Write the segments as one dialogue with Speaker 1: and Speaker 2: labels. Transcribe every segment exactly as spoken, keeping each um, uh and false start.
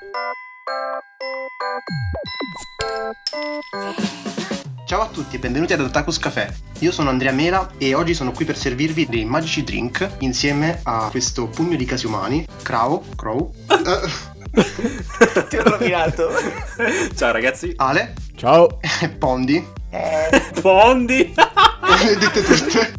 Speaker 1: Ciao a tutti e benvenuti ad Otakus Café. Io sono Andrea Mela e oggi sono qui per servirvi dei magici drink insieme a questo pugno di casi umani. Crow, Crow.
Speaker 2: Ti ho rovinato.
Speaker 3: Ciao ragazzi.
Speaker 1: Ale.
Speaker 4: Ciao.
Speaker 1: Pondi.
Speaker 2: Eh.
Speaker 3: Pondi.
Speaker 1: Le dite tutte.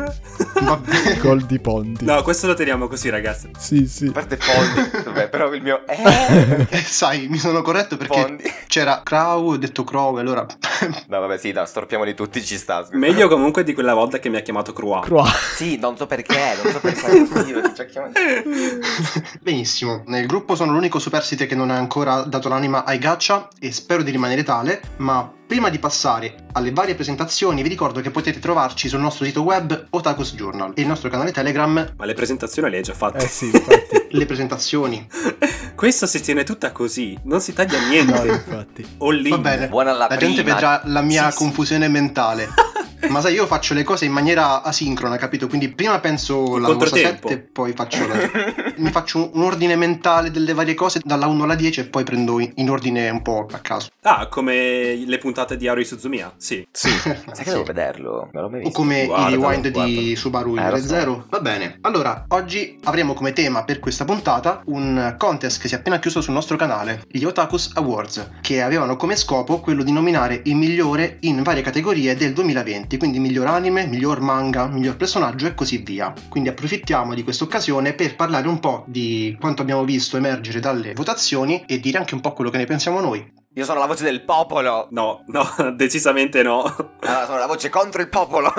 Speaker 1: Vabbè.
Speaker 4: Gol di Pondi.
Speaker 3: No, questo lo teniamo così, ragazzi.
Speaker 4: Sì, sì.
Speaker 2: A parte Pondi. Vabbè, però il mio eh.
Speaker 1: Eh, sai, mi sono corretto perché
Speaker 2: Pondi.
Speaker 1: c'era Crow, ho detto Crow e allora
Speaker 2: No, vabbè, sì, no, storpiamoli tutti, ci sta.
Speaker 3: Meglio comunque di quella volta che mi ha chiamato Croix.
Speaker 4: Croix.
Speaker 2: Sì, non so perché, non so per quale motivo ti ci ha chiamato.
Speaker 1: Benissimo, nel gruppo sono l'unico superstite che non ha ancora dato l'anima ai gacha e spero di rimanere tale, ma prima di passare alle varie presentazioni vi ricordo che potete trovarci sul nostro sito web Otakus Journal e il nostro canale Telegram.
Speaker 3: Ma le presentazioni le hai già fatte.
Speaker 4: Eh sì, infatti.
Speaker 1: Le presentazioni.
Speaker 3: Questa si tiene tutta così, non si taglia niente.
Speaker 4: No, infatti.
Speaker 3: O lì.
Speaker 1: Va bene,
Speaker 2: Buona la
Speaker 1: la gente
Speaker 2: prima.
Speaker 1: vedrà la mia
Speaker 3: Sì,
Speaker 1: confusione mentale. Ma sai, io faccio le cose in maniera asincrona, capito? Quindi prima penso
Speaker 3: In
Speaker 1: la mossa
Speaker 3: controtempo.
Speaker 1: sette e poi faccio la... mi faccio un ordine mentale delle varie cose dalla uno alla dieci e poi prendo in in ordine un po' a caso.
Speaker 3: Ah, come le puntate di Haruhi Suzumiya? Sì.
Speaker 4: Sì.
Speaker 2: Sai che
Speaker 1: Sì.
Speaker 2: devo vederlo? Non l'ho mai
Speaker 1: O
Speaker 2: visto.
Speaker 1: come
Speaker 3: Guardalo,
Speaker 1: i rewind
Speaker 3: guarda.
Speaker 1: di Subaru
Speaker 2: Eh, lo
Speaker 1: il
Speaker 2: so.
Speaker 1: zero. Va bene. Allora, oggi avremo come tema per questa puntata un contest che si è appena chiuso sul nostro canale, gli Otakus Awards, che avevano come scopo quello di nominare il migliore in varie categorie del duemilaventi, quindi miglior anime, miglior manga, miglior personaggio e così via. Quindi approfittiamo di questa occasione per parlare un po' di quanto abbiamo visto emergere dalle votazioni e dire anche un po' quello che ne pensiamo noi.
Speaker 2: Io sono la voce del popolo.
Speaker 3: No, no, decisamente no.
Speaker 2: Allora, sono la voce contro il popolo.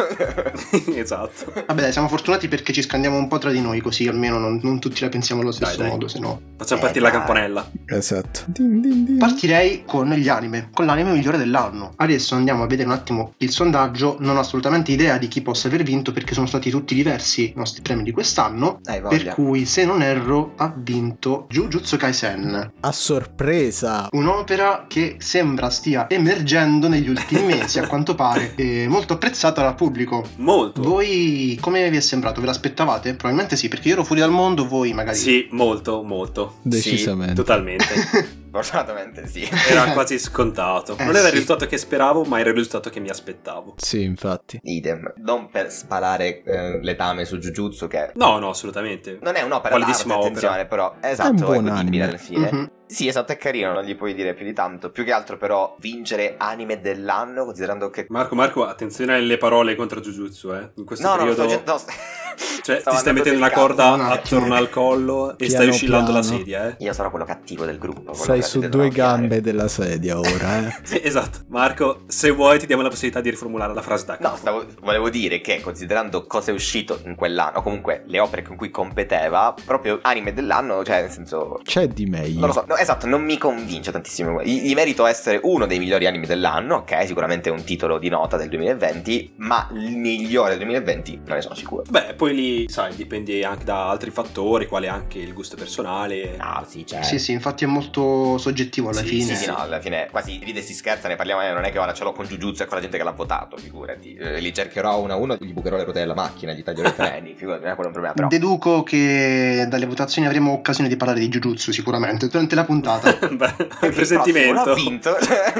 Speaker 3: Esatto.
Speaker 1: Vabbè, dai, siamo fortunati perché ci scandiamo un po' tra di noi, così almeno non, non tutti la pensiamo allo stesso
Speaker 3: Dai, dai.
Speaker 1: modo, se no.
Speaker 3: Facciamo
Speaker 2: Eh,
Speaker 3: partire la
Speaker 2: dai.
Speaker 3: campanella.
Speaker 4: Esatto. Din, din, din.
Speaker 1: Partirei con gli anime, con l'anime migliore dell'anno. Adesso andiamo a vedere un attimo il sondaggio. Non ho assolutamente idea di chi possa aver vinto perché sono stati tutti diversi i nostri premi di quest'anno.
Speaker 2: Hai
Speaker 1: Per
Speaker 2: voglia.
Speaker 1: cui, se non erro, ha vinto Jujutsu Kaisen,
Speaker 4: A sorpresa.
Speaker 1: un'opera che sembra stia emergendo negli ultimi mesi, a quanto pare, e molto apprezzata dal pubblico.
Speaker 3: Molto.
Speaker 1: Voi come vi è sembrato? Ve l'aspettavate? Probabilmente sì, perché io ero fuori dal mondo, voi magari...
Speaker 3: Sì, molto, molto.
Speaker 4: Decisamente.
Speaker 3: Totalmente.
Speaker 2: Fortunatamente sì.
Speaker 3: Era quasi scontato.
Speaker 1: Eh,
Speaker 3: Non era il
Speaker 1: sì.
Speaker 3: risultato che speravo, ma era il risultato che mi aspettavo.
Speaker 4: Sì, infatti.
Speaker 2: Idem. Non per spalare eh, letame su Jujutsu, che
Speaker 3: No, no, assolutamente.
Speaker 2: non è un'opera
Speaker 3: Validissima
Speaker 2: d'arte,
Speaker 3: opera.
Speaker 2: attenzione, però
Speaker 4: È un
Speaker 2: esatto, è,
Speaker 4: buon
Speaker 2: godibile
Speaker 4: anime.
Speaker 2: alla fine.
Speaker 1: Mhm.
Speaker 2: Sì, esatto, è carino, non gli puoi dire più di tanto. Più che altro però vincere anime dell'anno, considerando che...
Speaker 3: Marco, Marco, attenzione alle parole contro Jujutsu, eh. In questo
Speaker 2: No, no,
Speaker 3: periodo...
Speaker 2: sto dicendo... no, st-
Speaker 3: Cioè,
Speaker 2: stavo
Speaker 3: ti stai
Speaker 2: andando
Speaker 3: mettendo una
Speaker 2: del cavolo.
Speaker 3: corda
Speaker 1: Un attimo.
Speaker 3: attorno al collo e
Speaker 4: Piano
Speaker 3: stai oscillando la
Speaker 4: piano.
Speaker 3: sedia, eh.
Speaker 2: Io sono quello cattivo del gruppo. quello
Speaker 4: Sei
Speaker 2: che
Speaker 4: su
Speaker 2: devono
Speaker 4: due
Speaker 2: occhiare.
Speaker 4: gambe della sedia ora, eh.
Speaker 3: Sì, esatto. Marco, se vuoi ti diamo la possibilità di riformulare la frase da capo.
Speaker 2: No, stavo, volevo dire che considerando cosa è uscito in quell'anno, o comunque le opere con cui competeva, proprio anime dell'anno, cioè nel senso...
Speaker 4: C'è di meglio.
Speaker 2: Non lo so, no, esatto, non mi convince tantissimo. Gli, gli merito essere uno dei migliori anime dell'anno, ok, sicuramente è un titolo di nota del duemilaventi, ma il migliore del duemilaventi non ne sono sicuro.
Speaker 3: Beh, poi lì, sai, dipende anche da altri fattori, quale anche il gusto personale.
Speaker 2: No, sì, cioè...
Speaker 1: Sì, sì, infatti è molto soggettivo alla
Speaker 3: Sì,
Speaker 1: fine.
Speaker 2: Sì, sì, no, alla fine quasi ride e si scherza, ne parliamo, eh, non è che ora ce l'ho con Jujutsu e con la gente che l'ha votato, figurati. Eh, li cercherò uno a uno, gli bucherò le ruote della macchina, gli taglierò i freni, figurati, non è quello un problema, però...
Speaker 1: Deduco che dalle votazioni avremo occasione di parlare di Jujutsu sicuramente durante la puntata.
Speaker 3: Beh,
Speaker 2: Perché
Speaker 3: il presentimento.
Speaker 2: prossimo l'ha vinto.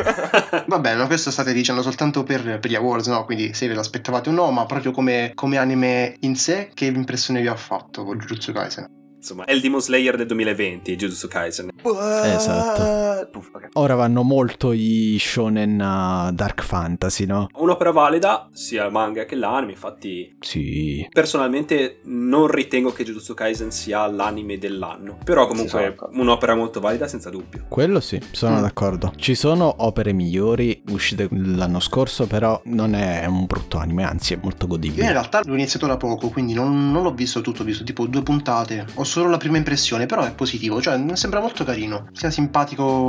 Speaker 1: Va bene, ma questo state dicendo soltanto per, per gli awards, no? Quindi se ve l'aspettavate o no, ma proprio come, come anime in sé, che impressione vi ha fatto con Jujutsu Kaisen?
Speaker 3: Insomma, è il Demon Slayer del duemilaventi, Jujutsu Kaisen.
Speaker 4: Esatto.
Speaker 2: Puff, ok.
Speaker 4: Ora vanno molto i shonen uh, dark fantasy, no?
Speaker 3: Un'opera valida, sia il manga che l'anime, infatti...
Speaker 4: Sì.
Speaker 3: Personalmente non ritengo che Jujutsu Kaisen sia l'anime dell'anno, però
Speaker 2: Sì, sono
Speaker 3: comunque
Speaker 2: d'accordo.
Speaker 3: un'opera molto valida senza dubbio.
Speaker 4: Quello sì, sono
Speaker 1: Mm.
Speaker 4: d'accordo. Ci sono opere migliori uscite l'anno scorso, però non è un brutto anime, anzi è molto
Speaker 1: Io in
Speaker 4: godibile.
Speaker 1: realtà l'ho iniziato da poco, quindi non, non l'ho visto tutto, ho visto tipo due puntate, ho solo la prima impressione, però è positivo, cioè mi sembra molto carino, sia simpatico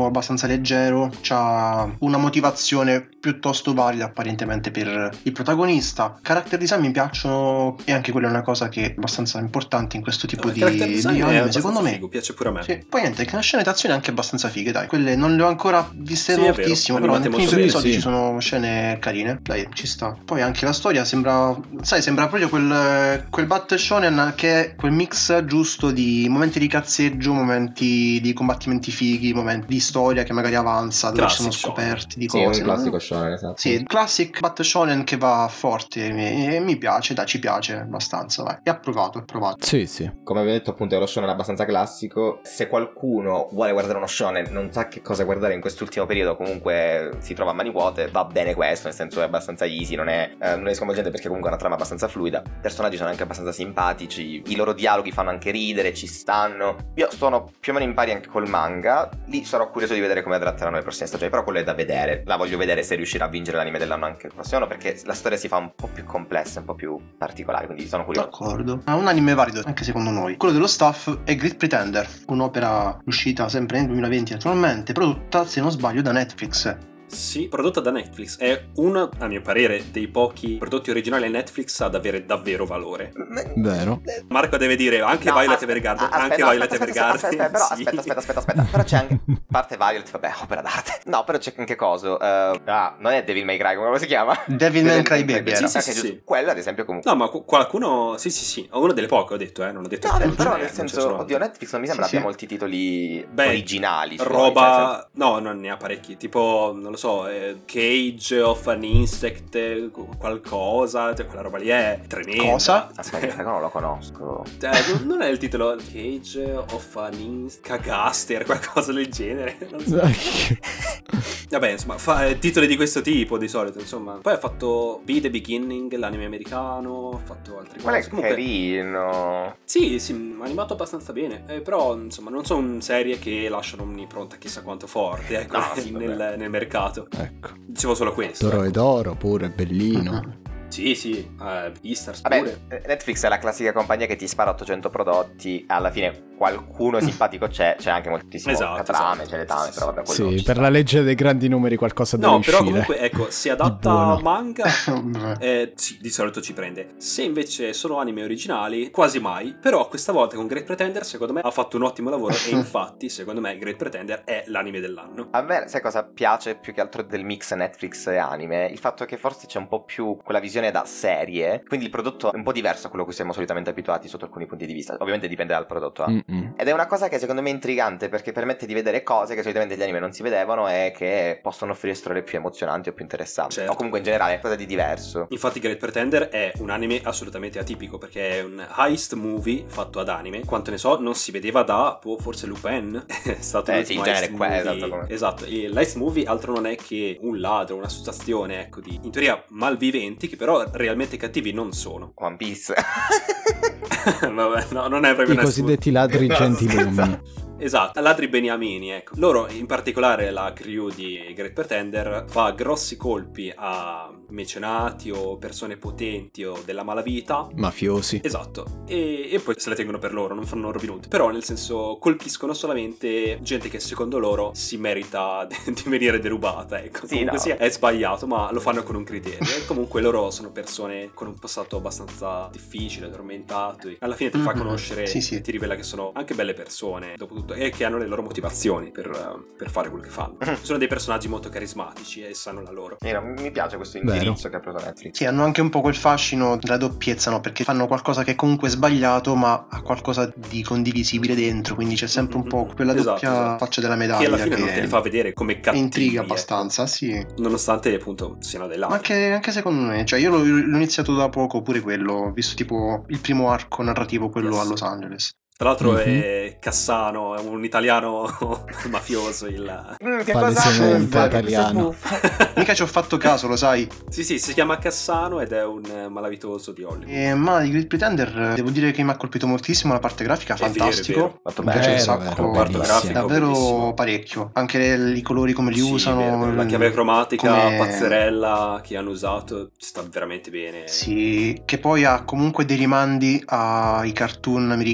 Speaker 1: tutto abbastanza leggero, c'ha una motivazione piuttosto valida apparentemente per il protagonista. Character design mi piacciono, e anche quella è una cosa che è abbastanza importante in questo tipo
Speaker 3: No,
Speaker 1: di,
Speaker 3: il character design
Speaker 1: di
Speaker 3: è
Speaker 1: anime,
Speaker 3: abbastanza
Speaker 1: secondo me.
Speaker 3: figo, piace pure a me.
Speaker 1: Sì. Poi niente, che le scene d'azione anche abbastanza fighe, dai. Quelle non le ho ancora viste
Speaker 3: Sì, è vero,
Speaker 1: moltissimo, però
Speaker 3: animate
Speaker 1: nei primi
Speaker 3: molto
Speaker 1: due
Speaker 4: bene.
Speaker 1: episodi
Speaker 4: Sì,
Speaker 1: ci
Speaker 4: sì.
Speaker 1: sono scene carine. Dai, ci sta. Poi anche la storia sembra, sai, sembra proprio quel, quel battle shonen che è quel mix giusto di momenti di cazzeggio, momenti di combattimenti fighi, momenti di storia che magari avanza, dove ci sono
Speaker 3: Classic shonen.
Speaker 1: scoperti di
Speaker 2: Sì,
Speaker 1: cose.
Speaker 2: un
Speaker 1: no?
Speaker 2: classico shonen, esatto.
Speaker 1: Sì, il classic battle shonen che va forte e mi piace, dai, ci piace abbastanza, vai. È approvato, è approvato.
Speaker 4: Sì, sì.
Speaker 2: Come avevo detto, appunto, è uno shonen abbastanza classico. Se qualcuno vuole guardare uno shonen, non sa che cosa guardare in quest'ultimo periodo, comunque si trova a mani vuote, va bene questo, nel senso è abbastanza easy, non è, eh, non è sconvolgente perché comunque è una trama abbastanza fluida, i personaggi sono anche abbastanza simpatici, i loro dialoghi fanno anche ridere, ci stanno. Io sono più o meno in pari anche col manga, lì sarò curioso di vedere come tratteranno le prossime stagioni, però quello è da vedere, la voglio vedere se riuscirà a vincere l'anime dell'anno anche il prossimo anno, perché la storia si fa un po' più complessa, un po' più particolare, quindi sono curioso.
Speaker 1: D'accordo. Ha un anime valido anche secondo noi. Quello dello staff è Great Pretender, un'opera uscita sempre nel duemilaventi naturalmente, prodotta se non sbaglio da Netflix.
Speaker 3: Sì, prodotta da Netflix. È uno, a mio parere, dei pochi prodotti originali Netflix ad avere davvero valore.
Speaker 4: Vero.
Speaker 3: Marco deve dire anche
Speaker 2: No,
Speaker 3: Violet
Speaker 2: aspetta,
Speaker 3: Evergarden.
Speaker 2: aspetta,
Speaker 3: Anche
Speaker 2: no,
Speaker 3: Violet
Speaker 2: aspetta, aspetta,
Speaker 3: Evergarden.
Speaker 2: aspetta, però
Speaker 3: sì.
Speaker 2: aspetta, aspetta, aspetta, aspetta. Però c'è anche parte Violet, vabbè, opera d'arte. No, però c'è anche coso. Uh, ah, non è Devil May Cry, come si chiama?
Speaker 1: Devil May Cry Baby
Speaker 3: Sì,
Speaker 1: era.
Speaker 3: sì,
Speaker 2: Ok,
Speaker 3: sì,
Speaker 2: giusto.
Speaker 3: sì.
Speaker 2: Quello, ad esempio, comunque.
Speaker 3: No, ma qu- qualcuno. Sì, sì, sì. Una delle poche ho detto, eh. Non ho detto
Speaker 2: No,
Speaker 3: che non
Speaker 2: però
Speaker 3: ce n'è,
Speaker 2: nel
Speaker 3: non ce ne
Speaker 2: senso,
Speaker 3: sono
Speaker 2: oddio,
Speaker 3: altre.
Speaker 2: Netflix non mi sembra
Speaker 1: Sì,
Speaker 2: abbia
Speaker 1: sì.
Speaker 2: molti titoli
Speaker 3: Beh,
Speaker 2: originali. suoi,
Speaker 3: Roba. No, non ne ha parecchi. Tipo, non lo so, eh, Cage of an Insect, eh, qualcosa. Cioè, quella roba lì è tremenda.
Speaker 1: Cosa?
Speaker 2: Cioè, aspetta, non lo conosco.
Speaker 3: Eh, non- non è il titolo Cage of an Insect, Cagaster, qualcosa del genere. Non so. Vabbè, insomma, fa eh, titoli di questo tipo di solito, insomma. Poi ha fatto Be the Beginning, l'anime americano, ha fatto altre
Speaker 2: Quello
Speaker 3: cose.
Speaker 2: è
Speaker 3: Comunque,
Speaker 2: carino.
Speaker 3: sì, sì, animato abbastanza bene. Eh, però, insomma, non sono serie che lasciano un'impronta chissà quanto forte, ecco,
Speaker 2: No, sì,
Speaker 3: nel,
Speaker 2: vabbè.
Speaker 3: nel mercato.
Speaker 4: Ecco.
Speaker 3: Dicevo solo questo.
Speaker 4: Toro
Speaker 3: ecco.
Speaker 4: ed oro pure, bellino.
Speaker 3: Sì, sì, eh, Beastars
Speaker 2: Vabbè,
Speaker 3: pure.
Speaker 2: Netflix è la classica compagnia che ti spara ottocento prodotti. Alla fine qualcuno simpatico c'è. C'è anche moltissimo
Speaker 3: Esatto,
Speaker 2: catrame,
Speaker 3: esatto.
Speaker 2: c'è le tame,
Speaker 3: Sì,
Speaker 2: però vabbè, quello
Speaker 4: Sì,
Speaker 2: ci
Speaker 4: per
Speaker 2: sta.
Speaker 4: la legge dei grandi numeri qualcosa deve
Speaker 3: No,
Speaker 4: uscire.
Speaker 3: però comunque, ecco, si
Speaker 4: Di
Speaker 3: adatta
Speaker 4: buono.
Speaker 3: a manga.
Speaker 1: Vabbè.
Speaker 3: Eh, sì, di solito ci prende. Se invece sono anime originali, quasi mai. Però questa volta con Great Pretender, secondo me, ha fatto un ottimo lavoro. E infatti, secondo me, Great Pretender è l'anime dell'anno.
Speaker 2: A me, sai cosa piace più che altro del mix Netflix e anime? Il fatto che forse c'è un po' più quella visione da serie, quindi il prodotto è un po' diverso a quello a cui siamo solitamente abituati sotto alcuni punti di vista. Ovviamente dipende dal prodotto. eh.
Speaker 4: Mm-mm.
Speaker 2: Ed è una cosa che secondo me è intrigante perché permette di vedere cose che solitamente gli anime non si vedevano e che possono offrire storie più emozionanti o più interessanti.
Speaker 3: Certo.
Speaker 2: O comunque in generale qualcosa di diverso.
Speaker 3: Infatti Great Pretender è un anime assolutamente atipico, perché è un heist movie fatto ad anime. Quanto ne so, non si vedeva da, boh, forse Lupin. È stato
Speaker 2: Eh,
Speaker 3: l'ultimo
Speaker 2: sì, il genere
Speaker 3: heist
Speaker 2: qua,
Speaker 3: movie.
Speaker 2: esatto, come-
Speaker 3: Esatto, e l'heist movie altro non è che un ladro, un'associazione, ecco, di, in teoria, malviventi, che però realmente cattivi non sono.
Speaker 2: One Piece.
Speaker 3: Vabbè, no, non è proprio
Speaker 4: I
Speaker 3: un heist
Speaker 4: cosiddetti ladri
Speaker 2: No,
Speaker 4: gentilumi.
Speaker 2: scherzo.
Speaker 3: Esatto, ladri beniamini, ecco. Loro, in particolare la crew di Great Pretender, fa grossi colpi a mecenati o persone potenti o della malavita.
Speaker 4: Mafiosi.
Speaker 3: Esatto, e, e poi se la tengono per loro, non fanno Robin Hood. Però nel senso colpiscono solamente gente che secondo loro si merita di venire derubata, ecco.
Speaker 2: Sì,
Speaker 3: Comunque
Speaker 2: no.
Speaker 3: sia, è sbagliato, ma lo fanno con un criterio. E comunque loro sono persone con un passato abbastanza difficile, tormentato, e alla fine ti fa
Speaker 1: Mhm.
Speaker 3: conoscere
Speaker 1: Sì, sì.
Speaker 3: e ti rivela che sono anche belle persone, dopo tutto, e che hanno le loro motivazioni per, eh, per fare quello che fanno. Sono dei personaggi molto carismatici e sanno la loro.
Speaker 2: Sì, no, mi piace questo
Speaker 4: Vero.
Speaker 2: indirizzo che ha preso Netflix.
Speaker 1: Sì, hanno anche un po' quel fascino della doppiezza, no? Perché fanno qualcosa che è comunque sbagliato, ma ha qualcosa di condivisibile dentro, quindi c'è sempre un po' quella
Speaker 3: Esatto,
Speaker 1: doppia
Speaker 3: esatto.
Speaker 1: faccia della
Speaker 3: Che
Speaker 1: medaglia
Speaker 3: alla fine non te li fa vedere come cattivi,
Speaker 1: intriga
Speaker 3: ecco.
Speaker 1: abbastanza, sì.
Speaker 3: Nonostante appunto siano dei
Speaker 1: Ma
Speaker 3: ladri.
Speaker 1: anche, anche secondo me, cioè io l'ho, l'ho iniziato da poco pure quello, ho visto tipo il primo arco narrativo, quello
Speaker 3: Yes.
Speaker 1: a Los Angeles.
Speaker 3: Tra l'altro
Speaker 4: Mhm.
Speaker 3: è Cassano, è un italiano mafioso. Il...
Speaker 2: Mm, che
Speaker 4: Palesemente
Speaker 2: cosa?
Speaker 4: italiano.
Speaker 1: Mica ci ho fatto caso, lo sai.
Speaker 3: Sì, sì, si chiama Cassano ed è un eh, malavitoso di Hollywood.
Speaker 1: E, ma di Great Pretender devo dire che mi ha colpito moltissimo la parte grafica,
Speaker 3: È vero, è
Speaker 1: fantastico.
Speaker 3: vero.
Speaker 2: Fatto
Speaker 1: Mi piace un
Speaker 4: Vero,
Speaker 1: sacco,
Speaker 4: vero,
Speaker 3: Guarda,
Speaker 4: bellissimo.
Speaker 3: grafico.
Speaker 1: davvero
Speaker 3: bellissimo.
Speaker 1: parecchio. Anche le- i colori come li
Speaker 3: Sì,
Speaker 1: usano.
Speaker 3: vero, vero. La chiave cromatica
Speaker 1: come-
Speaker 3: pazzerella che hanno usato sta veramente bene.
Speaker 1: Sì, che poi ha comunque dei rimandi ai cartoon americani di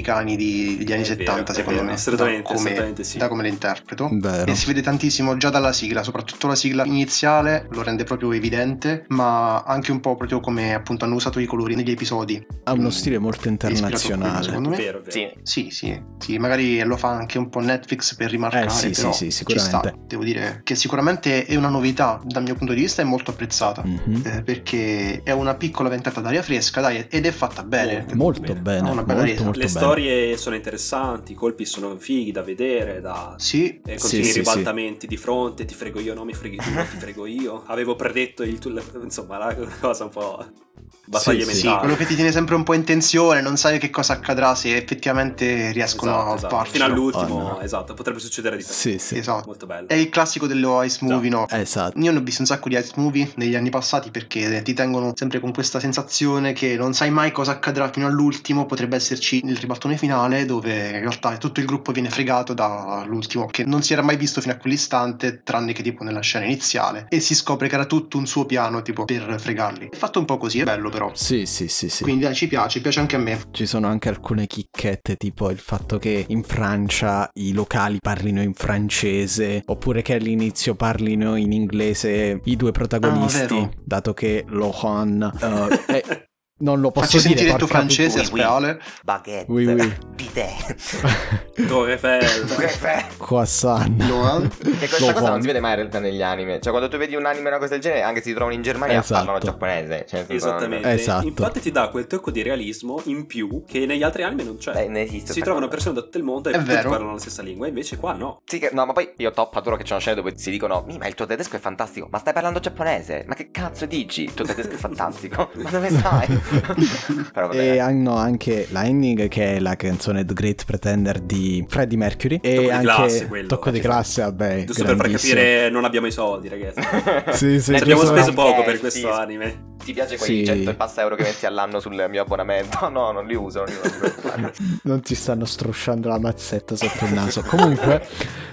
Speaker 1: degli anni
Speaker 3: È
Speaker 1: settanta,
Speaker 3: vero, è
Speaker 1: secondo
Speaker 3: vero,
Speaker 1: me.
Speaker 3: assolutamente,
Speaker 1: da come,
Speaker 3: assolutamente sì.
Speaker 1: da come le interpreto.
Speaker 4: Vero.
Speaker 1: E si vede tantissimo già dalla sigla, soprattutto la sigla iniziale lo rende proprio evidente, ma anche un po' proprio come appunto hanno usato i colori negli episodi.
Speaker 4: Ha uno
Speaker 1: Mm,
Speaker 4: stile molto
Speaker 1: è ispirato a quello,
Speaker 4: internazionale.
Speaker 1: secondo me.
Speaker 3: Vero, vero.
Speaker 2: Sì.
Speaker 1: Sì, sì, sì, magari lo fa anche un po' Netflix per rimarcare,
Speaker 4: Eh, sì,
Speaker 1: però
Speaker 4: sì, sì,
Speaker 1: ci
Speaker 4: sicuramente.
Speaker 1: sta. Devo dire che sicuramente è una novità, dal mio punto di vista è molto apprezzata,
Speaker 4: Mhm.
Speaker 1: eh, perché è una piccola ventata d'aria fresca, dai, ed è fatta bene.
Speaker 3: Molto,
Speaker 4: Molto
Speaker 3: bene.
Speaker 4: bene,
Speaker 1: Ha una bella
Speaker 4: molto
Speaker 1: resa.
Speaker 4: molto
Speaker 3: Le
Speaker 4: bene.
Speaker 3: storie sono interessanti, i colpi sono fighi da vedere, da
Speaker 1: Sì,
Speaker 3: eh,
Speaker 4: Sì,
Speaker 3: continui
Speaker 4: sì,
Speaker 3: ribaltamenti di fronte, ti frego io, no mi freghi tu, ti frego io. Avevo predetto il tuo, insomma, la cosa un po' battaglie
Speaker 4: Sì, sì.
Speaker 1: sì,
Speaker 3: mentali.
Speaker 1: quello che ti tiene sempre un po' in tensione, non sai che cosa accadrà, se effettivamente riescono
Speaker 3: Esatto,
Speaker 1: a
Speaker 3: esatto.
Speaker 1: farcelo.
Speaker 3: Fino all'ultimo,
Speaker 4: Oh, no.
Speaker 3: esatto, potrebbe succedere di te.
Speaker 4: Sì, sì.
Speaker 1: Esatto.
Speaker 3: Molto bello.
Speaker 1: È il classico dello heist movie, no?
Speaker 4: Esatto.
Speaker 1: Io ne ho visto un sacco di heist movie negli anni passati perché ti tengono sempre con questa sensazione che non sai mai cosa accadrà fino all'ultimo. Potrebbe esserci il ribaltone finale dove in realtà tutto il gruppo viene fregato dall'ultimo che non si era mai visto fino a quell'istante, tranne che tipo nella scena iniziale, e si scopre che era tutto un suo piano tipo per fregarli. È fatto un po' così, è bello però.
Speaker 4: Sì, sì, sì, sì.
Speaker 1: Quindi dai, ci piace, piace anche a me.
Speaker 4: Ci sono anche alcune chicchette, tipo il fatto che in Francia i locali parlino in francese, oppure che all'inizio parlino in inglese i due protagonisti,
Speaker 1: Ah, vero.
Speaker 4: dato che Lohan uh, è... non lo posso
Speaker 1: Facci
Speaker 4: dire,
Speaker 1: sentire il tuo
Speaker 4: porca
Speaker 1: francese,
Speaker 2: Oui, oui.
Speaker 1: Aspeale.
Speaker 2: Baguette,
Speaker 4: Oui, oui.
Speaker 2: bidet,
Speaker 3: Torre Eiffel.
Speaker 4: Croissant.
Speaker 1: No, eh?
Speaker 2: che questa cosa non
Speaker 4: Lohan.
Speaker 2: si vede mai in realtà negli anime. Cioè, quando tu vedi un anime o una cosa del genere, anche se si trovano in Germania,
Speaker 4: Esatto.
Speaker 2: parlano giapponese. Cioè, nel senso,
Speaker 3: Esattamente.
Speaker 4: Esatto.
Speaker 3: Infatti ti dà quel tocco di realismo in più che negli altri anime non c'è.
Speaker 2: Beh, ne esiste
Speaker 3: Si
Speaker 2: sta
Speaker 3: trovano
Speaker 2: cosa.
Speaker 3: persone da tutto il mondo e
Speaker 1: È
Speaker 3: tutti
Speaker 1: vero.
Speaker 3: parlano la stessa lingua, invece qua no.
Speaker 2: Sì, che- no, ma poi io top adoro che c'è una scena dove si dicono: "Mi, ma il tuo tedesco è fantastico, ma stai parlando giapponese? Ma che cazzo dici? Il tuo tedesco è fantastico, ma dove stai?" Però vabbè.
Speaker 4: E hanno anche Lightning, che è la canzone The Great Pretender di Freddie Mercury. E
Speaker 3: Tocco di
Speaker 4: anche
Speaker 3: classe, quello.
Speaker 4: tocco di classe, vabbè.
Speaker 3: Giusto per far
Speaker 4: grandissimo.
Speaker 3: capire, non abbiamo i soldi, ragazzi.
Speaker 4: Sì, sì,
Speaker 3: Ci abbiamo
Speaker 4: giusto-
Speaker 3: speso poco
Speaker 2: Eh,
Speaker 3: per
Speaker 2: sì,
Speaker 3: questo
Speaker 2: sì.
Speaker 3: anime.
Speaker 2: Ti piace quei
Speaker 4: Sì.
Speaker 2: cento e passa euro che metti all'anno sul mio abbonamento? No, non li uso, non li uso.
Speaker 4: Non ti stanno strusciando la mazzetta sotto il naso. Comunque,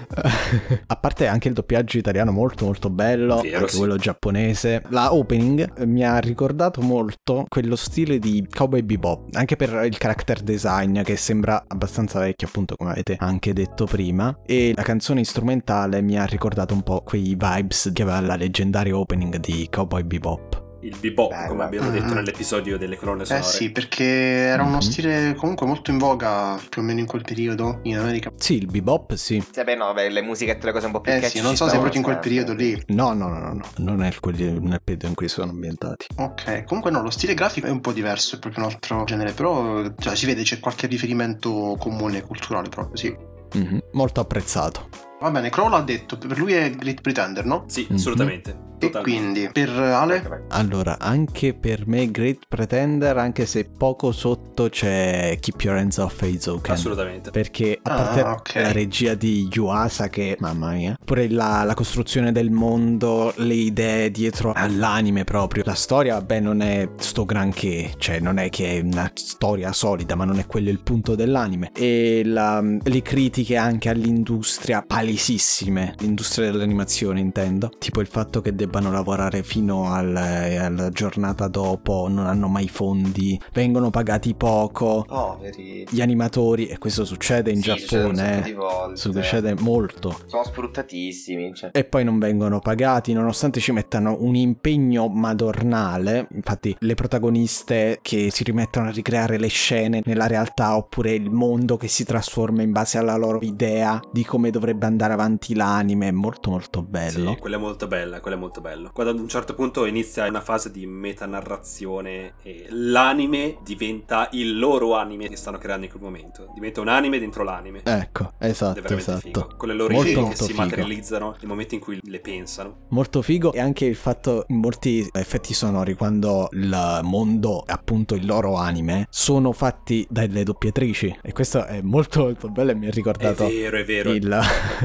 Speaker 4: a parte anche il doppiaggio italiano molto molto bello,
Speaker 3: Vero,
Speaker 4: anche
Speaker 3: sì.
Speaker 4: quello giapponese, la opening mi ha ricordato molto quello stile di Cowboy Bebop, anche per il character design che sembra abbastanza vecchio, appunto, come avete anche detto prima, e la canzone strumentale mi ha ricordato un po' quei vibes che aveva la leggendaria opening di Cowboy Bebop.
Speaker 3: Il bebop,
Speaker 2: Bello.
Speaker 3: come abbiamo detto
Speaker 1: Mm.
Speaker 3: nell'episodio delle colonne
Speaker 1: Eh
Speaker 3: sonore.
Speaker 1: sì, perché era uno
Speaker 4: Mhm.
Speaker 1: stile comunque molto in voga più o meno in quel periodo in America.
Speaker 4: Sì, il bebop sì.
Speaker 2: Sì, beh, no, vabbè, le musichette, le cose un po' più
Speaker 1: Eh
Speaker 2: catchy
Speaker 1: sì, non
Speaker 2: ci
Speaker 1: so se
Speaker 2: stavano
Speaker 1: proprio in quel
Speaker 2: sempre.
Speaker 1: periodo lì.
Speaker 4: No, no, no, no, no, non è quelli- nel periodo in cui sono ambientati.
Speaker 1: Ok, comunque no, lo stile grafico è un po' diverso, è proprio un altro genere, però cioè, si vede c'è qualche riferimento comune, culturale proprio, sì.
Speaker 4: Mhm, molto apprezzato.
Speaker 1: Va bene, Crow l'ha detto, per lui è Great Pretender, no?
Speaker 3: Sì,
Speaker 4: Mhm.
Speaker 3: assolutamente.
Speaker 1: E
Speaker 3: Totalmente.
Speaker 1: quindi, per Ale?
Speaker 4: Allora, anche per me Great Pretender, anche se poco sotto, c'è Keep Your Hands Off Eizouken.
Speaker 3: Assolutamente.
Speaker 4: Perché a
Speaker 1: Ah,
Speaker 4: parte
Speaker 1: ok.
Speaker 4: la regia di Yuasa, che mamma mia, pure la, la costruzione del mondo, le idee dietro all'anime proprio. La storia, vabbè, non è sto granché, cioè non è che è una storia solida, ma non è quello il punto dell'anime. E la- le critiche anche all'industria palesissime, l'industria dell'animazione intendo, tipo il fatto che debbano lavorare fino al- alla giornata dopo, non hanno mai fondi, vengono pagati poco.
Speaker 2: Poveri.
Speaker 4: Gli animatori, e questo succede in
Speaker 2: Sì, succede un
Speaker 4: Giappone,
Speaker 2: sacco di volte.
Speaker 4: succede molto,
Speaker 2: Sono sfruttatissimi, cioè.
Speaker 4: e poi non vengono pagati nonostante ci mettano un impegno madornale. Infatti le protagoniste che si rimettono a ricreare le scene nella realtà, oppure il mondo che si trasforma in base alla loro idea di come dovrebbe andare avanti l'anime, è molto molto bello.
Speaker 3: Sì, quella è molto bella, quella è molto bello. Quando ad un certo punto inizia una fase di metanarrazione e l'anime diventa il loro anime che stanno creando in quel momento. Diventa un anime dentro l'anime.
Speaker 4: Ecco,
Speaker 3: Ed è
Speaker 4: esatto,
Speaker 3: veramente
Speaker 4: esatto.
Speaker 3: figo. Con le loro
Speaker 4: Molto,
Speaker 3: idee che
Speaker 4: molto
Speaker 3: si
Speaker 4: figo.
Speaker 3: materializzano nel momento in cui le pensano.
Speaker 4: Molto figo, e anche il fatto, molti effetti sonori quando il mondo, appunto il loro anime, sono fatti dalle doppiatrici, e questo è molto molto bello, e mi ha
Speaker 3: È
Speaker 4: ricordato
Speaker 3: vero, è vero.
Speaker 4: il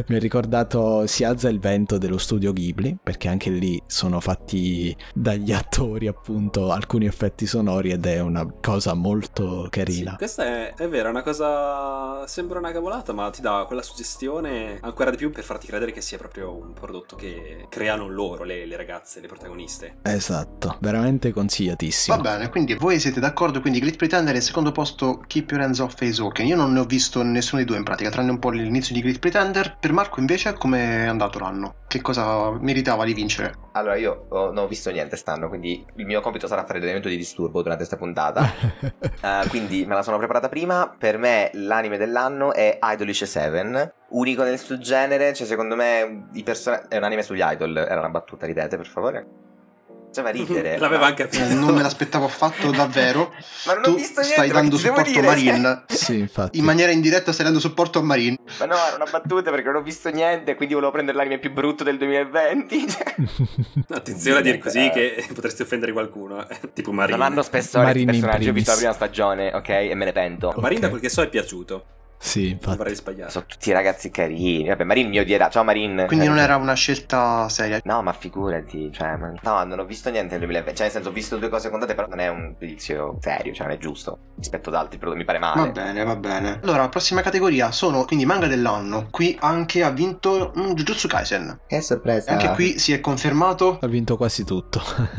Speaker 4: Mi ha ricordato Si alza il vento dello studio Ghibli, perché anche lì sono fatti dagli attori appunto alcuni effetti sonori ed è una cosa molto carina.
Speaker 3: Sì, questa è, è vera, è una cosa, sembra una cavolata, ma ti dà quella suggestione ancora di più per farti credere che sia proprio un prodotto che creano loro, le, le ragazze, le protagoniste.
Speaker 4: Esatto, veramente consigliatissimo.
Speaker 1: Va bene, quindi voi siete d'accordo, quindi Great Pretender è il secondo posto, Keep Your Hands Off Ace Hawken. Io non ne ho visto nessuno dei due in pratica, tranne un po' l'inizio di Great Pretender. Per Marco invece come è andato l'anno? Che cosa meritava di vincere?
Speaker 2: Allora io oh, non ho visto niente stanno, quindi il mio compito sarà fare l'elemento di disturbo durante questa puntata. uh, quindi me la sono preparata prima. Per me l'anime dell'anno è Idolish Seven, unico nel suo genere, cioè secondo me i person- è un anime sugli idol. Era una battuta, ridete per favore. Faceva ridere.
Speaker 3: L'aveva anche
Speaker 1: eh, non me l'aspettavo affatto, davvero.
Speaker 2: Ma non
Speaker 1: tu
Speaker 2: ho visto niente,
Speaker 1: stai dando supporto a Marin.
Speaker 4: Sì, infatti.
Speaker 1: In maniera indiretta stai dando supporto a Marin.
Speaker 2: Ma no, era una battuta perché non ho visto niente, quindi volevo prendere l'anime più brutto del duemilaventi.
Speaker 3: Attenzione a dire così che potresti offendere qualcuno, eh. Tipo Marin.
Speaker 2: Non hanno spessore
Speaker 4: Marin
Speaker 2: i personaggi, ho
Speaker 4: in
Speaker 2: visto la
Speaker 4: primis.
Speaker 2: prima stagione, ok? E me ne pento.
Speaker 3: Marin
Speaker 4: Ok.
Speaker 3: da quel che so è piaciuto.
Speaker 4: Sì,
Speaker 3: Non
Speaker 4: infatti.
Speaker 3: vorrei sbagliare.
Speaker 2: Sono tutti ragazzi carini. Vabbè, Marin mi odierà. Ciao Marin.
Speaker 1: Quindi non era una scelta seria.
Speaker 2: No, ma figurati, cioè, ma- no, non ho visto niente nel duemilaventi. Cioè, nel senso, ho visto due cose contate, però non è un giudizio serio, cioè, non è giusto. Rispetto ad altri prodotti, mi pare male.
Speaker 1: Va bene, va bene. Allora, prossima categoria sono quindi manga dell'anno. Qui anche ha vinto mm, Jujutsu Kaisen.
Speaker 2: Che sorpresa.
Speaker 1: E anche qui si è confermato.
Speaker 4: Ha vinto quasi tutto.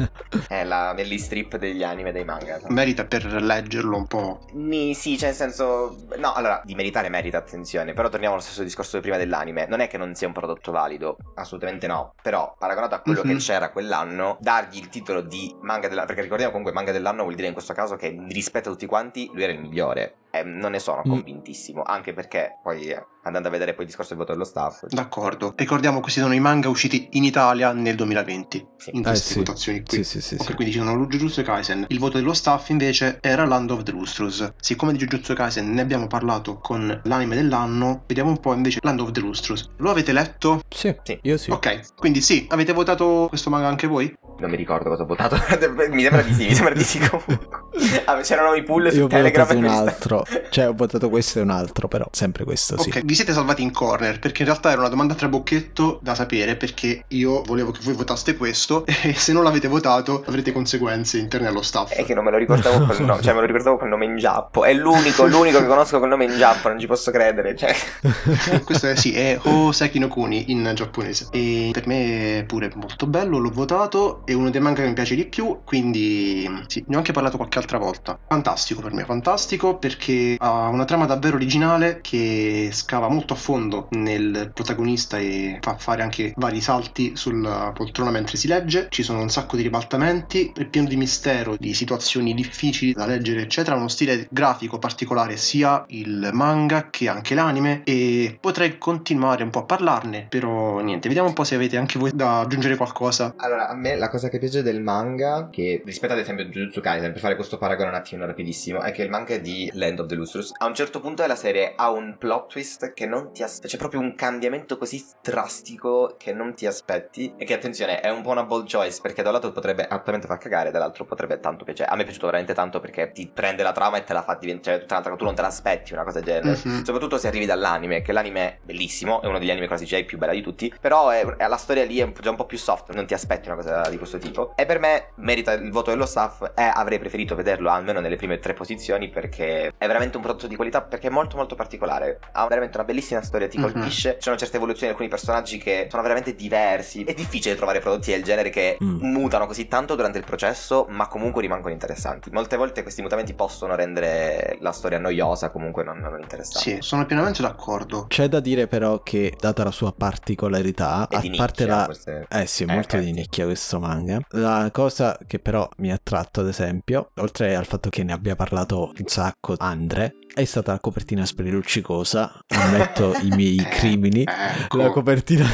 Speaker 2: È la belli strip degli anime e dei manga.
Speaker 1: Merita per leggerlo un po'.
Speaker 2: Mi, sì, cioè, nel senso. No, allora, di meritare merita, attenzione. Però torniamo allo stesso discorso di prima dell'anime. Non è che non sia un prodotto valido, assolutamente no. Però, paragonato a quello
Speaker 1: Mhm.
Speaker 2: che c'era quell'anno, dargli il titolo di manga dell'anno. Perché ricordiamo comunque manga dell'anno vuol dire in questo caso che rispetto a tutti quanti lui era il migliore. E non ne sono
Speaker 4: Mm.
Speaker 2: convintissimo. Anche perché poi, eh, andando a vedere poi il discorso del voto dello staff.
Speaker 1: D'accordo. Ricordiamo questi sono i manga usciti in Italia nel duemilaventi.
Speaker 2: Sì.
Speaker 1: In
Speaker 4: Eh
Speaker 1: queste
Speaker 4: sì.
Speaker 1: votazioni qui.
Speaker 4: Sì, sì, sì,
Speaker 1: Ok,
Speaker 4: sì.
Speaker 1: quindi ci sono Jujutsu Kaisen. Il voto dello staff invece era Land of the Lustrous. Siccome di Jujutsu Kaisen ne abbiamo parlato con l'anime dell'anno, vediamo un po' invece Land of the Lustrous. Lo avete letto?
Speaker 4: Sì,
Speaker 2: Sì.
Speaker 4: io sì.
Speaker 1: Ok, quindi sì, avete votato questo manga anche voi?
Speaker 2: Non mi ricordo cosa ho votato. Mi sembra di sì, mi sembra di sì comunque. Ah, c'erano i pull su
Speaker 4: Io ho
Speaker 2: Telegram
Speaker 4: votato un
Speaker 2: e questa-
Speaker 4: altro. Cioè, ho votato questo e un altro, però sempre questo, sì.
Speaker 1: Ok, vi siete salvati in corner perché in realtà era una domanda a trabocchetto da sapere, perché io volevo che voi votaste questo e se non l'avete votato avrete conseguenze interne allo staff.
Speaker 2: È che non me lo ricordavo col nome, cioè me lo ricordavo col nome in giappo. È l'unico, l'unico che conosco col nome in giappo, non ci posso credere. Cioè.
Speaker 1: Questo è sì, è Hoseki no Kuni in giapponese. E per me è pure molto bello, l'ho votato, è uno dei manga che mi piace di più, quindi sì, ne ho anche parlato qualche altra volta. Fantastico per me, fantastico perché ha una trama davvero originale che scava molto a fondo nel protagonista e fa fare anche vari salti sulla poltrona mentre si legge. Ci sono un sacco di ribaltamenti, è pieno di mistero, di situazioni difficili da leggere eccetera, uno stile grafico particolare sia il manga che anche l'anime e potrei continuare un po' a parlarne, però niente, vediamo un po' se avete anche voi da aggiungere qualcosa.
Speaker 2: Allora, a me la cosa che piace del manga, che rispetto ad esempio a Jujutsu Kaisen, per fare questo paragone un attimo rapidissimo, è che il manga di Land of the Lustrous a un certo punto della serie ha un plot twist che non ti aspetti, c'è proprio un cambiamento così drastico che non ti aspetti e che, attenzione, è un po' una bold choice perché da un lato potrebbe altamente far cagare, dall'altro potrebbe tanto piacere. A me è piaciuto veramente tanto perché ti prende la trama e te la fa diventare, cioè tutta un'altra, tu non te l'aspetti una cosa del genere.
Speaker 1: Mhm.
Speaker 2: Soprattutto se arrivi dall'anime, che l'anime è bellissimo, è uno degli anime classici più bella di tutti, però è, è la storia lì è un- già un po' più soft, non ti aspetti una cosa di questo tipo. E per me merita il voto dello staff e avrei preferito vederlo almeno nelle prime tre posizioni perché è veramente un prodotto di qualità, perché è molto molto particolare, ha veramente una bellissima storia, ti
Speaker 1: Mhm.
Speaker 2: colpisce, ci sono certe evoluzioni di alcuni personaggi che sono veramente diversi. È difficile trovare prodotti del genere che
Speaker 4: Mm.
Speaker 2: mutano così tanto durante il processo ma comunque rimangono interessanti. Molte volte questi mutamenti possono rendere la storia noiosa, comunque non, non interessante.
Speaker 1: Sì, sono pienamente d'accordo.
Speaker 4: C'è da dire però che, data la sua particolarità,
Speaker 2: È
Speaker 4: a
Speaker 2: di
Speaker 4: parte
Speaker 2: nicchia,
Speaker 4: la...
Speaker 2: forse.
Speaker 4: Eh sì, è
Speaker 2: Eh,
Speaker 4: molto
Speaker 2: ok.
Speaker 4: di nicchia questo manga. La cosa che però mi ha attratto, ad esempio, oltre al fatto che ne abbia parlato un sacco Andre, è stata la copertina sprilluccicosa. Ammetto i miei
Speaker 1: Eh,
Speaker 4: crimini.
Speaker 1: ecco.
Speaker 4: La copertina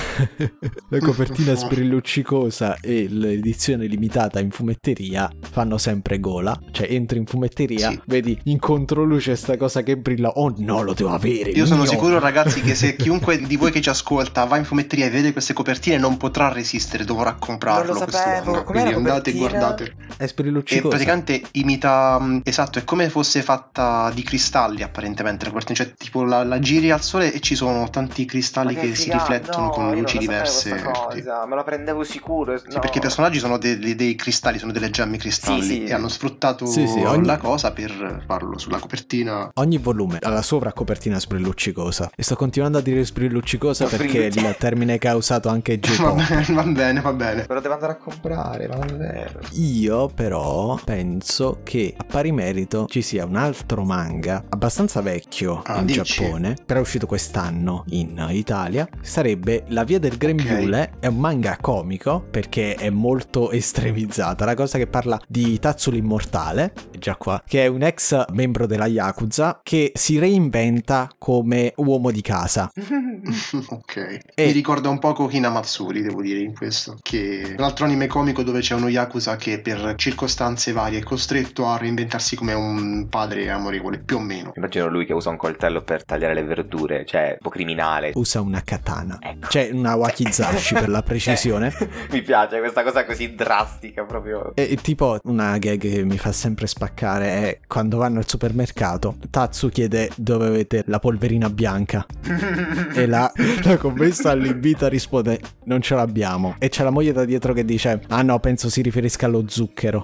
Speaker 4: la copertina sprilluccicosa e l'edizione limitata in fumetteria fanno sempre gola. Cioè entri in fumetteria,
Speaker 1: Sì.
Speaker 4: vedi in controluce sta cosa che brilla. Oh no, lo devo avere.
Speaker 1: Io sono
Speaker 4: mio.
Speaker 1: sicuro ragazzi che se chiunque di voi che ci ascolta va in fumetteria e vede queste copertine non potrà resistere, dovrà comprarlo.
Speaker 2: Non lo
Speaker 1: questo
Speaker 2: sapevo,
Speaker 1: manga.
Speaker 2: com'era
Speaker 1: Quindi
Speaker 2: la
Speaker 1: andate e
Speaker 2: copertina?
Speaker 1: guardate.
Speaker 4: È
Speaker 1: E
Speaker 4: sprilluccicosa.
Speaker 1: praticamente imita, mh, esatto, è come fosse fatta di cristallo cristalli apparentemente la copertina, cioè tipo la, la giri al sole e ci sono tanti cristalli che, che si riflettono no, con luci diverse.
Speaker 2: Cosa, me lo prendevo sicuro.
Speaker 1: Sì,
Speaker 2: no.
Speaker 1: perché i personaggi sono dei, dei, dei cristalli, sono delle gemme cristalli, sì, sì. E hanno sfruttato sì, sì, ogni... la cosa per farlo sulla copertina.
Speaker 4: Ogni volume ha la sovracopertina sbrilluccicosa. E sto continuando a dire sbrilluccicosa no, perché è il termine che ha usato anche J-Pop.
Speaker 1: Va bene, va bene, va bene.
Speaker 2: Me lo devo andare a comprare, ma davvero.
Speaker 4: Io però penso che a pari merito ci sia un altro manga abbastanza vecchio ah, in dici? Giappone, però è uscito quest'anno in Italia. Sarebbe La via del grembiule. Okay. È un manga comico perché è molto estremizzata. La cosa che parla di Tatsu l'immortale, già qua, che è un ex membro della Yakuza che si reinventa come uomo di casa.
Speaker 1: Ok. E... mi ricorda un poco Hinamatsuri, devo dire, in questo, che è un altro anime comico dove c'è uno Yakuza che per circostanze varie è costretto a reinventarsi come un padre amorevole, più o meno.
Speaker 2: Immagino lui che usa un coltello per tagliare le verdure, cioè un po' criminale.
Speaker 4: Usa una katana, ecco. Cioè una wakizashi per la precisione.
Speaker 2: Eh, mi piace questa cosa così drastica proprio.
Speaker 4: E tipo una gag che mi fa sempre spaccare è quando vanno al supermercato, Tatsu chiede dove avete la polverina bianca e la, la commessa allibita risponde non ce l'abbiamo, e c'è la moglie da dietro che dice ah no, penso si riferisca allo zucchero.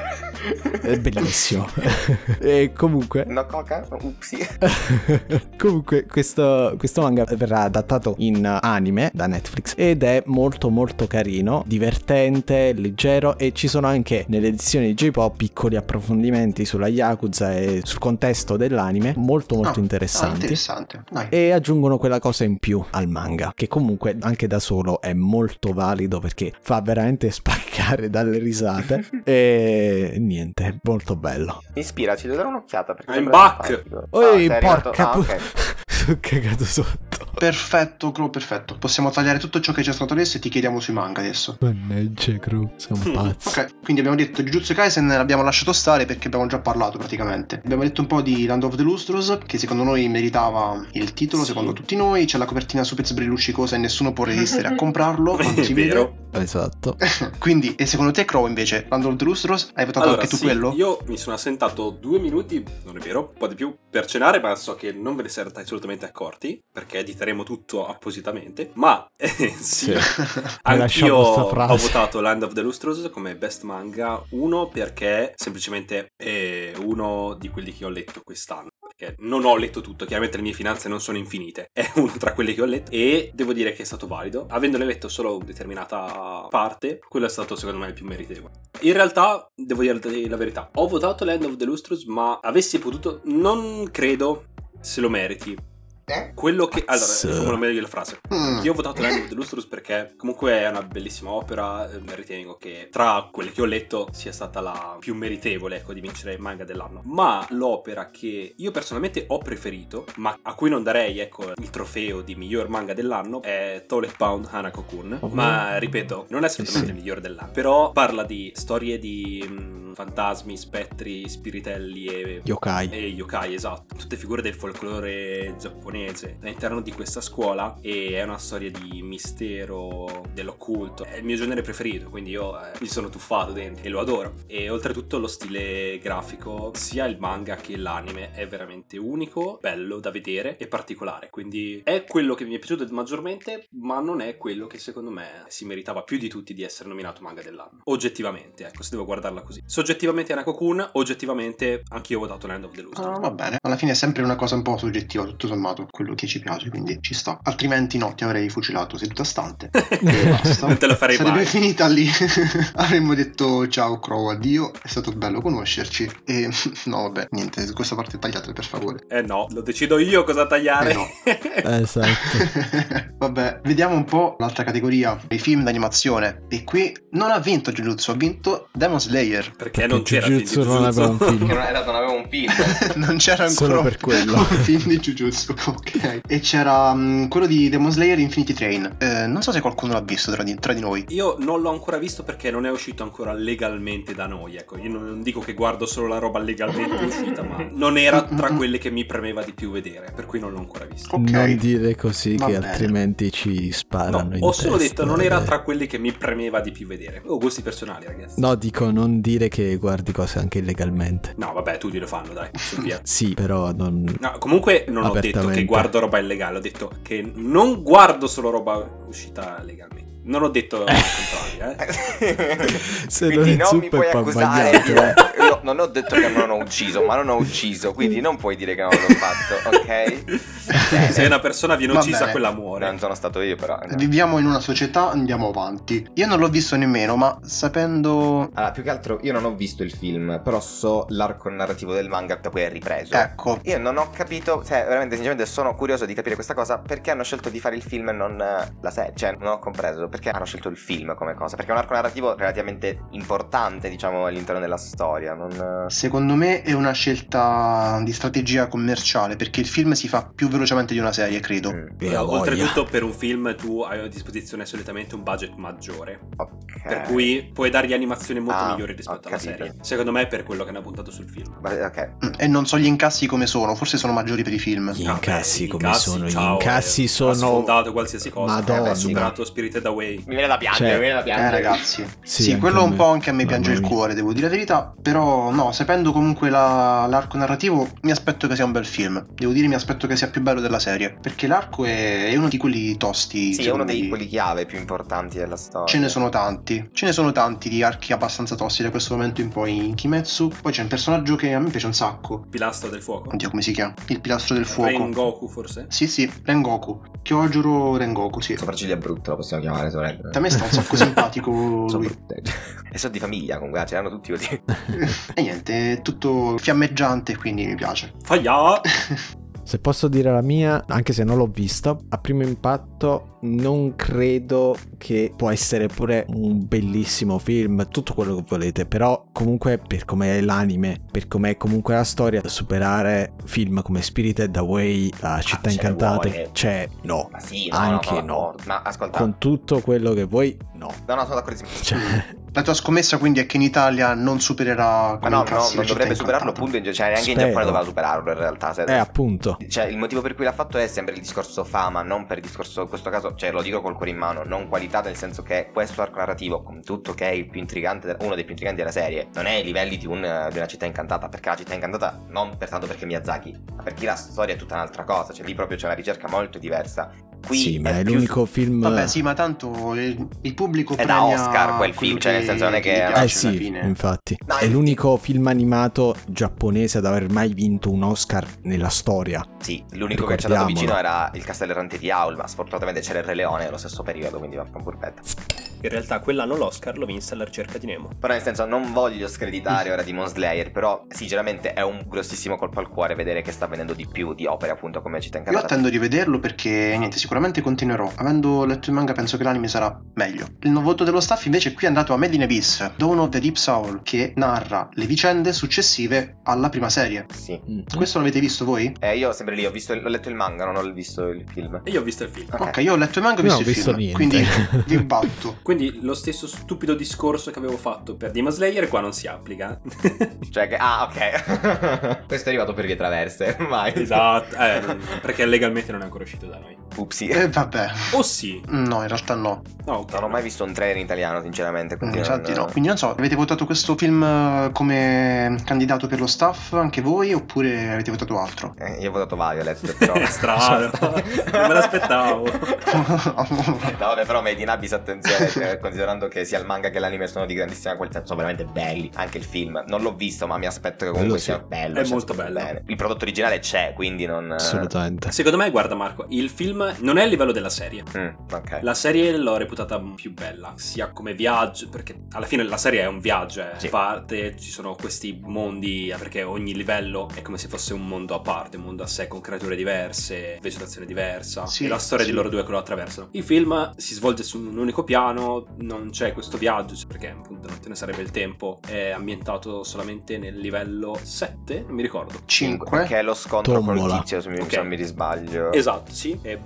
Speaker 4: È bellissimo. E comunque
Speaker 2: no coca, upsi.
Speaker 4: Comunque questo, questo manga verrà adattato in anime da Netflix ed è molto molto carino, divertente, leggero, e ci sono anche nelle edizioni di J-Pop piccoli approfondimenti sulla Yakuza e sul contesto dell'anime molto molto oh, interessanti.
Speaker 1: Ah, interessante. Dai.
Speaker 4: E aggiungono quella cosa in più al manga che comunque anche da solo è molto valido perché fa veramente spaccare dalle risate. E niente, molto bello.
Speaker 2: Mi ispira, ci devo dare un'occhiata perché
Speaker 3: I'm back.
Speaker 4: Oi, ah, porca
Speaker 2: ah, okay.
Speaker 4: Ho cagato sotto.
Speaker 1: Perfetto, Crow, perfetto. Possiamo tagliare tutto ciò che c'è stato adesso e ti chiediamo sui manga adesso.
Speaker 4: Mannaggia, Crow, sei un pazzo.
Speaker 1: Ok, quindi abbiamo detto Jujutsu Kaisen l'abbiamo lasciato stare perché abbiamo già parlato praticamente. Abbiamo detto un po' di Land of the Lustrous, che secondo noi meritava il titolo, sì. Secondo tutti noi. C'è la copertina super sbrilluccicosa e nessuno può resistere a comprarlo quando si vede.
Speaker 4: Esatto.
Speaker 1: Quindi, e secondo te, Crow, invece, Land of the Lustrous, hai votato
Speaker 3: allora,
Speaker 1: anche tu
Speaker 3: sì,
Speaker 1: quello?
Speaker 3: Io mi sono assentato due minuti, non è vero, un po' di più, per cenare, ma so che non ve ne siete assolutamente accorti, perché editeremo tutto appositamente, ma eh, sì, sì. Anch'io ho votato Land of the Lustrous come best manga, uno perché semplicemente è uno di quelli che ho letto quest'anno, perché non ho letto tutto, chiaramente le mie finanze non sono infinite, è uno tra quelli che ho letto e devo dire che è stato valido, avendone letto solo determinata parte, quello è stato secondo me il più meritevole. In realtà, devo dire la verità, ho votato Land of the Lustrous, ma avessi potuto, non credo se lo meriti. Eh? Quello che allora formulo meglio la frase. Mm. Io ho votato Land of the Lustrous perché comunque è una bellissima opera. Ritengo che tra quelle che ho letto sia stata la più meritevole, ecco, di vincere il manga dell'anno. Ma l'opera che io personalmente ho preferito, ma a cui non darei, ecco, il trofeo di miglior manga dell'anno, è Toilet Bound Hanako-kun. Oh. Ma ripeto, non è assolutamente sì, il miglior dell'anno. Però parla di storie di mh, fantasmi, spettri, spiritelli e
Speaker 4: yokai.
Speaker 3: E yokai, esatto. Tutte figure del folklore giapponese all'interno di questa scuola, e è una storia di mistero, dell'occulto. È il mio genere preferito, quindi io eh, mi sono tuffato dentro e lo adoro. E oltretutto lo stile grafico, sia il manga che l'anime, è veramente unico, bello da vedere e particolare, quindi è quello che mi è piaciuto maggiormente, ma non è quello che secondo me si meritava più di tutti di essere nominato manga dell'anno, oggettivamente, ecco, se devo guardarla così. Soggettivamente Hanako-kun, oggettivamente anch'io ho votato Land of the Lustrous.
Speaker 1: Ah, va bene, alla fine è sempre una cosa un po' soggettiva, tutto sommato, quello che ci piace, quindi ci sta. Altrimenti no, ti avrei fucilato seduta stante e basta.
Speaker 3: Non te lo farei
Speaker 1: Sarebbe
Speaker 3: mai.
Speaker 1: finita lì. Avremmo detto ciao Crow, addio, è stato bello conoscerci. E no, vabbè, niente, questa parte tagliate per favore.
Speaker 3: Eh no, lo decido io cosa tagliare.
Speaker 1: Eh no.
Speaker 4: Esatto.
Speaker 1: Vabbè, vediamo un po' l'altra categoria, i film d'animazione. E qui non ha vinto Jujutsu, ha vinto Demon Slayer.
Speaker 3: Perché, Perché non c'era
Speaker 4: Jujutsu non aveva un film.
Speaker 2: non, era, non aveva un film.
Speaker 1: Non c'era ancora
Speaker 4: solo per quello
Speaker 1: un film di Jujutsu. Ok. E c'era um, quello di Demon Slayer Infinity Train. Eh, non so se qualcuno l'ha visto tra di, tra di noi.
Speaker 3: Io non l'ho ancora visto perché non è uscito ancora legalmente da noi. Ecco, io non dico che guardo solo la roba legalmente uscita, ma non era tra quelle che mi premeva di più vedere, per cui non l'ho ancora visto.
Speaker 1: Okay.
Speaker 4: Non dire così,
Speaker 1: Va
Speaker 4: che
Speaker 1: bene.
Speaker 4: altrimenti commenti ci sparano
Speaker 3: No,
Speaker 4: in
Speaker 3: ho solo
Speaker 4: testa,
Speaker 3: detto non era
Speaker 4: eh.
Speaker 3: tra quelli che mi premeva di più vedere. Ho gusti personali, ragazzi.
Speaker 4: No, dico non dire che guardi cose anche illegalmente.
Speaker 3: No, vabbè, tutti lo fanno, dai, su via.
Speaker 4: Sì, però non...
Speaker 3: No, comunque non ho detto
Speaker 4: Apertamente.
Speaker 3: che guardo roba illegale, ho detto che non guardo solo roba uscita legalmente. Non ho detto il contrario, eh.
Speaker 4: Se
Speaker 2: Quindi
Speaker 4: è
Speaker 2: non
Speaker 4: zuppa
Speaker 2: mi puoi
Speaker 4: è pa'
Speaker 2: accusare
Speaker 4: bagnato,
Speaker 2: di-
Speaker 4: eh.
Speaker 2: Io non ho detto che non ho ucciso, ma non ho ucciso, quindi non puoi dire che non l'ho fatto, ok?
Speaker 3: Se una persona viene
Speaker 1: Va
Speaker 3: uccisa,
Speaker 1: bene.
Speaker 3: quella muore.
Speaker 2: Non sono stato io, però. no.
Speaker 1: Viviamo in una società, andiamo avanti. Io non l'ho visto nemmeno, ma sapendo...
Speaker 2: Allora, più che altro io non ho visto il film, però so l'arco narrativo del manga da cui è ripreso.
Speaker 1: Ecco,
Speaker 2: Io non ho capito, cioè veramente sinceramente sono curioso di capire questa cosa, perché hanno scelto di fare il film e non eh, la serie, cioè non ho compreso perché hanno scelto il film come cosa, perché è un arco narrativo relativamente importante, diciamo, all'interno della storia, non...
Speaker 1: secondo me è una scelta di strategia commerciale, perché il film si fa più velocemente di una serie, credo.
Speaker 2: Mm,
Speaker 3: E
Speaker 4: Via voglia.
Speaker 3: oltretutto per un film tu hai a disposizione solitamente un budget maggiore,
Speaker 2: ok.
Speaker 3: per cui puoi dargli animazioni molto
Speaker 2: Ah,
Speaker 3: migliori rispetto
Speaker 2: ho
Speaker 3: alla
Speaker 2: capito.
Speaker 3: serie. Secondo me è per quello che hanno puntato sul film.
Speaker 2: Ma- ok.
Speaker 1: Mm, E non so gli incassi come sono, forse sono maggiori per i film.
Speaker 4: Gli
Speaker 3: Ah,
Speaker 4: incassi
Speaker 3: beh,
Speaker 4: come sono?
Speaker 3: ciao,
Speaker 4: Gli incassi
Speaker 3: eh,
Speaker 4: sono...
Speaker 3: ha sfondato qualsiasi cosa.
Speaker 4: Madonna.
Speaker 3: Ha superato Spirited Away.
Speaker 2: Mi viene da piangere,
Speaker 4: Cioè-
Speaker 2: mi viene da
Speaker 1: Eh
Speaker 2: piangere.
Speaker 1: ragazzi,
Speaker 4: Sì,
Speaker 1: sì,
Speaker 4: anche
Speaker 1: quello
Speaker 4: a
Speaker 1: un
Speaker 4: me.
Speaker 1: po' anche a me
Speaker 4: Mamma
Speaker 1: piange il
Speaker 4: mia.
Speaker 1: cuore, devo dire la verità. Però no, sapendo comunque la- l'arco narrativo, mi aspetto che sia un bel film. Devo dire, mi aspetto che sia più bello della serie, perché l'arco è, è uno di quelli tosti.
Speaker 2: Sì, è
Speaker 1: secondo
Speaker 2: uno dei
Speaker 1: me.
Speaker 2: quelli chiave più importanti della storia.
Speaker 1: Ce ne sono tanti, ce ne sono tanti di archi abbastanza tosti da questo momento in poi in Kimetsu. Poi c'è un personaggio che a me piace un sacco.
Speaker 3: Pilastro del fuoco.
Speaker 1: Oddio, come si chiama? Il pilastro del fuoco.
Speaker 3: Rengoku forse?
Speaker 1: Sì, sì, Rengoku. Kyojuro Rengoku, sì.
Speaker 2: Sopracciglia brutto lo possiamo chiamare, sorella.
Speaker 1: A me sta un sacco simpatico
Speaker 2: Sono
Speaker 1: lui.
Speaker 2: brutte. E sono di famiglia comunque, ce l'hanno tutti così.
Speaker 1: E niente, è tutto fiammeggiante, quindi mi piace.
Speaker 3: Faglia!
Speaker 4: Se posso dire la mia, anche se non l'ho visto, a primo impatto non credo che può essere pure un bellissimo film, tutto quello che volete, però comunque per com'è l'anime, per com'è comunque la storia, superare film come Spirited Away, La città
Speaker 2: ce ne
Speaker 4: incantate,
Speaker 2: vuole.
Speaker 4: cioè no,
Speaker 2: Ma sì, no,
Speaker 4: anche
Speaker 2: no,
Speaker 4: no,
Speaker 2: d'accordo. Ma ascolta,
Speaker 4: con tutto quello che vuoi, no.
Speaker 2: no, no, sono d'accordissimo.
Speaker 4: Cioè,
Speaker 1: La tua scommessa quindi è che in Italia non supererà
Speaker 2: Ma
Speaker 1: con
Speaker 2: no,
Speaker 1: i
Speaker 2: no,
Speaker 1: cassi
Speaker 2: non
Speaker 1: La città
Speaker 2: dovrebbe superarlo,
Speaker 1: incantata.
Speaker 2: appunto, in- cioè neanche in
Speaker 4: Spero.
Speaker 2: Giappone doveva superarlo in realtà. Se-
Speaker 4: eh appunto,
Speaker 2: Cioè, il motivo per cui l'ha fatto è sempre il discorso fama, non per il discorso, in questo caso, cioè lo dico col cuore in mano, non qualità, nel senso che questo arco narrativo, con tutto che è il più intrigante, de- uno dei più intriganti della serie, non è ai livelli di, un, di una città incantata, perché la città incantata, non per tanto perché Miyazaki, ma perché la storia è tutta un'altra cosa, cioè lì proprio c'è una ricerca molto diversa. Qui
Speaker 4: sì, ma è
Speaker 2: più
Speaker 4: l'unico
Speaker 2: su-
Speaker 4: film...
Speaker 1: Vabbè, sì, ma tanto il, il pubblico
Speaker 2: È da
Speaker 1: premia
Speaker 2: Oscar quel
Speaker 1: quello
Speaker 2: film, cioè, nel senso non è che-
Speaker 1: gli
Speaker 2: Eh,
Speaker 1: piace
Speaker 4: Eh
Speaker 1: alla
Speaker 4: sì,
Speaker 1: fine.
Speaker 4: infatti.
Speaker 2: No,
Speaker 4: è
Speaker 2: il-
Speaker 4: l'unico film animato giapponese ad aver mai vinto un Oscar nella storia.
Speaker 2: Sì, l'unico che ci è andato
Speaker 4: Ricordiamolo.
Speaker 2: vicino era il Castello Errante di Aul, ma sfortunatamente c'era il Re Leone nello stesso periodo, quindi va un burbetta.
Speaker 5: In realtà quell'anno l'Oscar lo vinse alla ricerca di Nemo.
Speaker 2: Però nel senso non voglio screditare ora Demon Slayer, però sinceramente è un grossissimo colpo al cuore vedere che sta venendo di più di opere appunto come Città
Speaker 1: Io
Speaker 2: Incantata.
Speaker 1: attendo di vederlo perché, niente, sicuramente continuerò. Avendo letto il manga penso che l'anime sarà meglio. Il nuovo voto dello staff invece qui è andato a Made in Abyss, Dawn of the Deep Soul, che narra le vicende successive alla prima serie.
Speaker 2: Sì.
Speaker 4: Mm.
Speaker 1: Questo l'avete visto voi?
Speaker 2: Eh, io sempre lì ho visto, ho letto il manga, non ho visto il film.
Speaker 3: E io ho visto il film.
Speaker 2: Ok.
Speaker 1: Ok, io ho letto il manga e ho
Speaker 4: Io
Speaker 1: visto
Speaker 4: non ho
Speaker 1: il
Speaker 4: visto
Speaker 1: film,
Speaker 4: niente.
Speaker 1: quindi vi batto.
Speaker 3: Quindi lo stesso stupido discorso che avevo fatto per Demon Slayer qua non si applica.
Speaker 2: Cioè che... Ah, ok. Questo è arrivato per vie traverse, mai.
Speaker 3: Esatto, eh, perché legalmente non è ancora uscito da noi.
Speaker 2: Upsi.
Speaker 1: E vabbè,
Speaker 3: Oh sì.
Speaker 1: no, in realtà no.
Speaker 3: No, ok.
Speaker 2: Non ho mai visto un trailer in italiano, sinceramente.
Speaker 1: Mm,
Speaker 2: Quindi
Speaker 1: infatti
Speaker 2: non-
Speaker 1: no. Quindi non so, avete votato questo film eh, come candidato per lo staff anche voi oppure avete votato altro?
Speaker 2: Eh, io ho votato Violet, però...
Speaker 3: È strano. Non me l'aspettavo.
Speaker 2: No, vabbè, però Made in Abyss, attenzione, eh, considerando che sia il manga che l'anime sono di grandissima qualità, sono veramente belli. Anche il film, non l'ho visto, ma mi aspetto che comunque
Speaker 4: Quello sì.
Speaker 2: sia bello.
Speaker 3: È
Speaker 2: sia
Speaker 3: molto
Speaker 2: fatto
Speaker 3: bello.
Speaker 2: bene. Il prodotto originale c'è, quindi non...
Speaker 4: Assolutamente.
Speaker 3: Secondo me, guarda Marco, il film non è a livello della serie.
Speaker 2: Mm, ok.
Speaker 3: La serie l'ho reputata più bella, sia come viaggio, perché alla fine la serie è un viaggio, eh.
Speaker 2: Sì.
Speaker 3: A parte ci sono questi mondi, perché ogni livello è come se fosse un mondo a parte, un mondo a sé con creature diverse, vegetazione diversa,
Speaker 1: Sì,
Speaker 3: e la storia
Speaker 1: sì.
Speaker 3: di loro due che lo attraversano. Il film si svolge su un unico piano, non c'è questo viaggio, perché appunto non te ne sarebbe il tempo, è ambientato solamente nel livello sette, non mi ricordo.
Speaker 1: cinque.
Speaker 2: Che è lo scontro con il
Speaker 4: Tombola.
Speaker 2: tizio, se mi,
Speaker 3: Ok.
Speaker 2: se non mi risbaglio.
Speaker 3: Esatto, sì, è Bond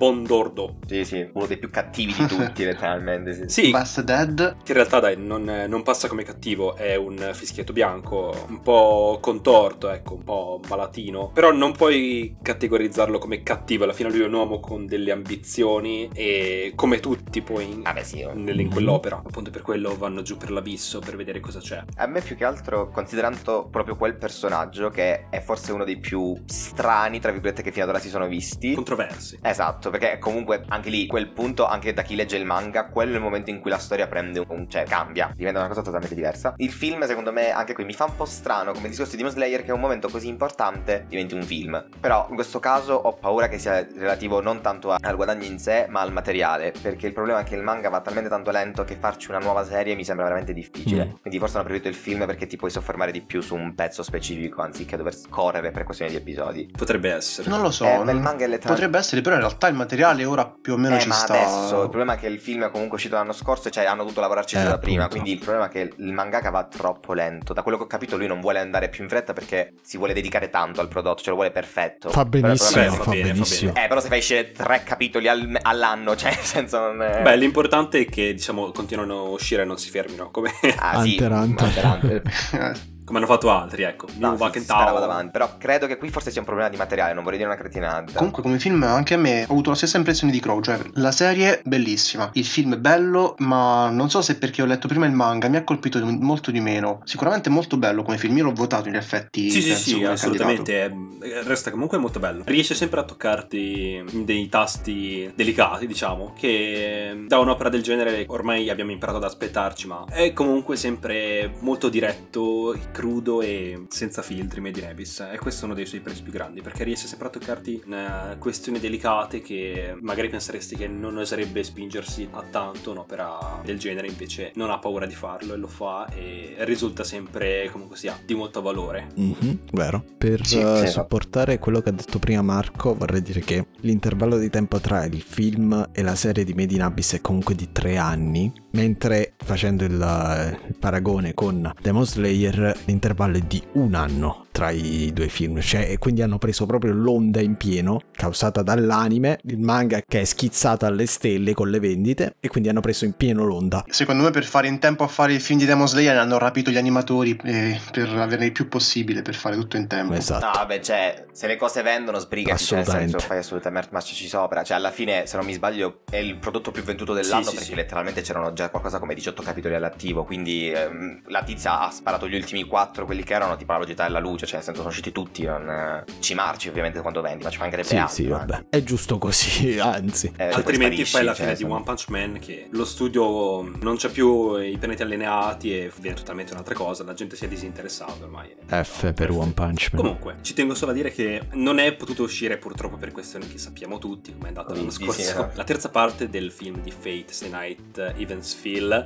Speaker 3: Mondordo.
Speaker 2: Sì, sì, uno dei più cattivi di tutti, letteralmente. Sì.
Speaker 3: Sì,
Speaker 1: Best Dead.
Speaker 3: che in realtà dai non, non passa come cattivo, è un fischietto bianco un po' contorto, ecco, un po' malatino, però non puoi categorizzarlo come cattivo. Alla fine lui è un uomo con delle ambizioni e come tutti poi in,
Speaker 2: Vabbè, sì.
Speaker 3: nel- in quell'opera, appunto per quello vanno giù per l'abisso per vedere cosa c'è.
Speaker 2: A me più che altro, considerando proprio quel personaggio, che è forse uno dei più strani, tra virgolette, che fino ad ora si sono visti.
Speaker 3: Controversi.
Speaker 2: Esatto, perché comunque anche lì, quel punto, anche da chi legge il manga, quello è il momento in cui la storia prende un... cioè cambia, diventa una cosa totalmente diversa. Il film, secondo me, anche qui mi fa un po' strano, come il discorso di Demon Slayer, che è un momento così importante diventi un film. Però in questo caso ho paura che sia relativo non tanto al guadagno in sé, ma al materiale, perché il problema è che il manga va talmente tanto lento che farci una nuova serie mi sembra veramente difficile. Mm. Quindi forse hanno preferito il film perché ti puoi soffermare di più su un pezzo specifico anziché dover correre per questioni di episodi.
Speaker 3: Potrebbe essere.
Speaker 1: Non lo so,
Speaker 2: Eh,
Speaker 1: non-
Speaker 2: ma il manga è letteralmente...
Speaker 1: potrebbe essere, però in realtà il materiale ora più o meno
Speaker 2: Eh,
Speaker 1: ci
Speaker 2: ma
Speaker 1: sta.
Speaker 2: adesso il problema è che il film è comunque uscito l'anno scorso e cioè hanno dovuto lavorarci
Speaker 4: Eh,
Speaker 2: già da prima.
Speaker 4: appunto.
Speaker 2: Quindi il problema è che il mangaka va troppo lento. Da quello che ho capito, lui non vuole andare più in fretta perché si vuole dedicare tanto al prodotto, cioè lo vuole perfetto.
Speaker 4: Fa
Speaker 2: Però il
Speaker 4: benissimo,
Speaker 2: problema è-
Speaker 3: va
Speaker 4: fa
Speaker 3: bene, fa
Speaker 4: benissimo.
Speaker 2: Eh, però se fai uscire tre capitoli al- all'anno, cioè nel senso non è...
Speaker 3: Beh, l'importante è che diciamo continuano a uscire e non si fermino, come,
Speaker 2: Ah, sì,
Speaker 4: Hunter, Hunter.
Speaker 2: Hunter, Hunter.
Speaker 1: Eh,
Speaker 3: come hanno fatto altri, ecco.
Speaker 2: No,
Speaker 3: New
Speaker 2: sì,
Speaker 3: Wacken
Speaker 2: si sperava
Speaker 3: Tower.
Speaker 2: davanti. Però credo che qui forse sia un problema di materiale, non vorrei dire una cretinata.
Speaker 1: Comunque come film anche a me ho avuto la stessa impressione di Crow, cioè la serie bellissima, il film è bello, ma non so se perché ho letto prima il manga mi ha colpito di- molto di meno. Sicuramente molto bello come film, io l'ho votato in effetti.
Speaker 3: Sì, sì,
Speaker 1: penso,
Speaker 3: sì,
Speaker 1: come
Speaker 3: assolutamente. eh, Resta comunque molto bello. Riesce sempre a toccarti dei tasti delicati, diciamo, che da un'opera del genere ormai abbiamo imparato ad aspettarci, ma è comunque sempre molto diretto, crudo e senza filtri, made in abyss. E questo è uno dei suoi pregi più grandi, perché riesce sempre a toccarti in, eh, questioni delicate che magari penseresti che non oserebbe spingersi a tanto un'opera del genere, invece non ha paura di farlo e lo fa e risulta sempre comunque sia di molto valore.
Speaker 4: Mhm, vero. Per
Speaker 2: Sì,
Speaker 4: eh,
Speaker 2: sì,
Speaker 4: supportare quello che ha detto prima Marco, vorrei dire che l'intervallo di tempo tra il film e la serie di Made in Abyss è comunque di tre anni, mentre facendo il, il paragone con Demon Slayer l'intervallo è di un anno tra i due film, cioè, e quindi hanno preso proprio l'onda in pieno causata dall'anime, il manga che è schizzato alle stelle con le vendite, e quindi hanno preso in pieno l'onda.
Speaker 1: Secondo me per fare in tempo a fare il film di Demon Slayer hanno rapito gli animatori eh, per averne il più possibile, per fare tutto in tempo.
Speaker 4: Esatto.
Speaker 2: No, vabbè, cioè, se le cose vendono, sbrigati, cioè, nel
Speaker 4: Assolutamente.
Speaker 2: senso, fai assolutamente marciaci sopra. Cioè, alla fine, se non mi sbaglio, è il prodotto più venduto dell'anno,
Speaker 3: Sì, sì,
Speaker 2: perché
Speaker 3: sì.
Speaker 2: letteralmente c'erano già qualcosa come diciotto capitoli all'attivo. Quindi ehm, la tizia ha sparato gli ultimi quattro, quelli che erano tipo la velocità della luce, cioè nel senso sono usciti tutti, non eh, ci marci ovviamente quando vendi, ma ci mancherebbe
Speaker 4: Sì,
Speaker 2: altro.
Speaker 4: sì,
Speaker 2: eh.
Speaker 4: vabbè. È giusto così, anzi.
Speaker 2: Eh,
Speaker 3: Altrimenti
Speaker 2: poi
Speaker 3: fai la
Speaker 2: sparisci,
Speaker 3: fine
Speaker 2: cioè,
Speaker 3: di
Speaker 2: sono-
Speaker 3: One Punch Man, che lo studio non c'ha più i pianeti allineati e viene totalmente un'altra cosa, la gente si è disinteressata ormai.
Speaker 4: F per One Punch Man.
Speaker 3: Comunque, ci tengo solo a dire che non è potuto uscire purtroppo per questioni che sappiamo tutti, come è andata l'anno
Speaker 2: Sì,
Speaker 3: scorso.
Speaker 2: sì, no.
Speaker 3: La terza parte del film di Fate Stay Night Evansville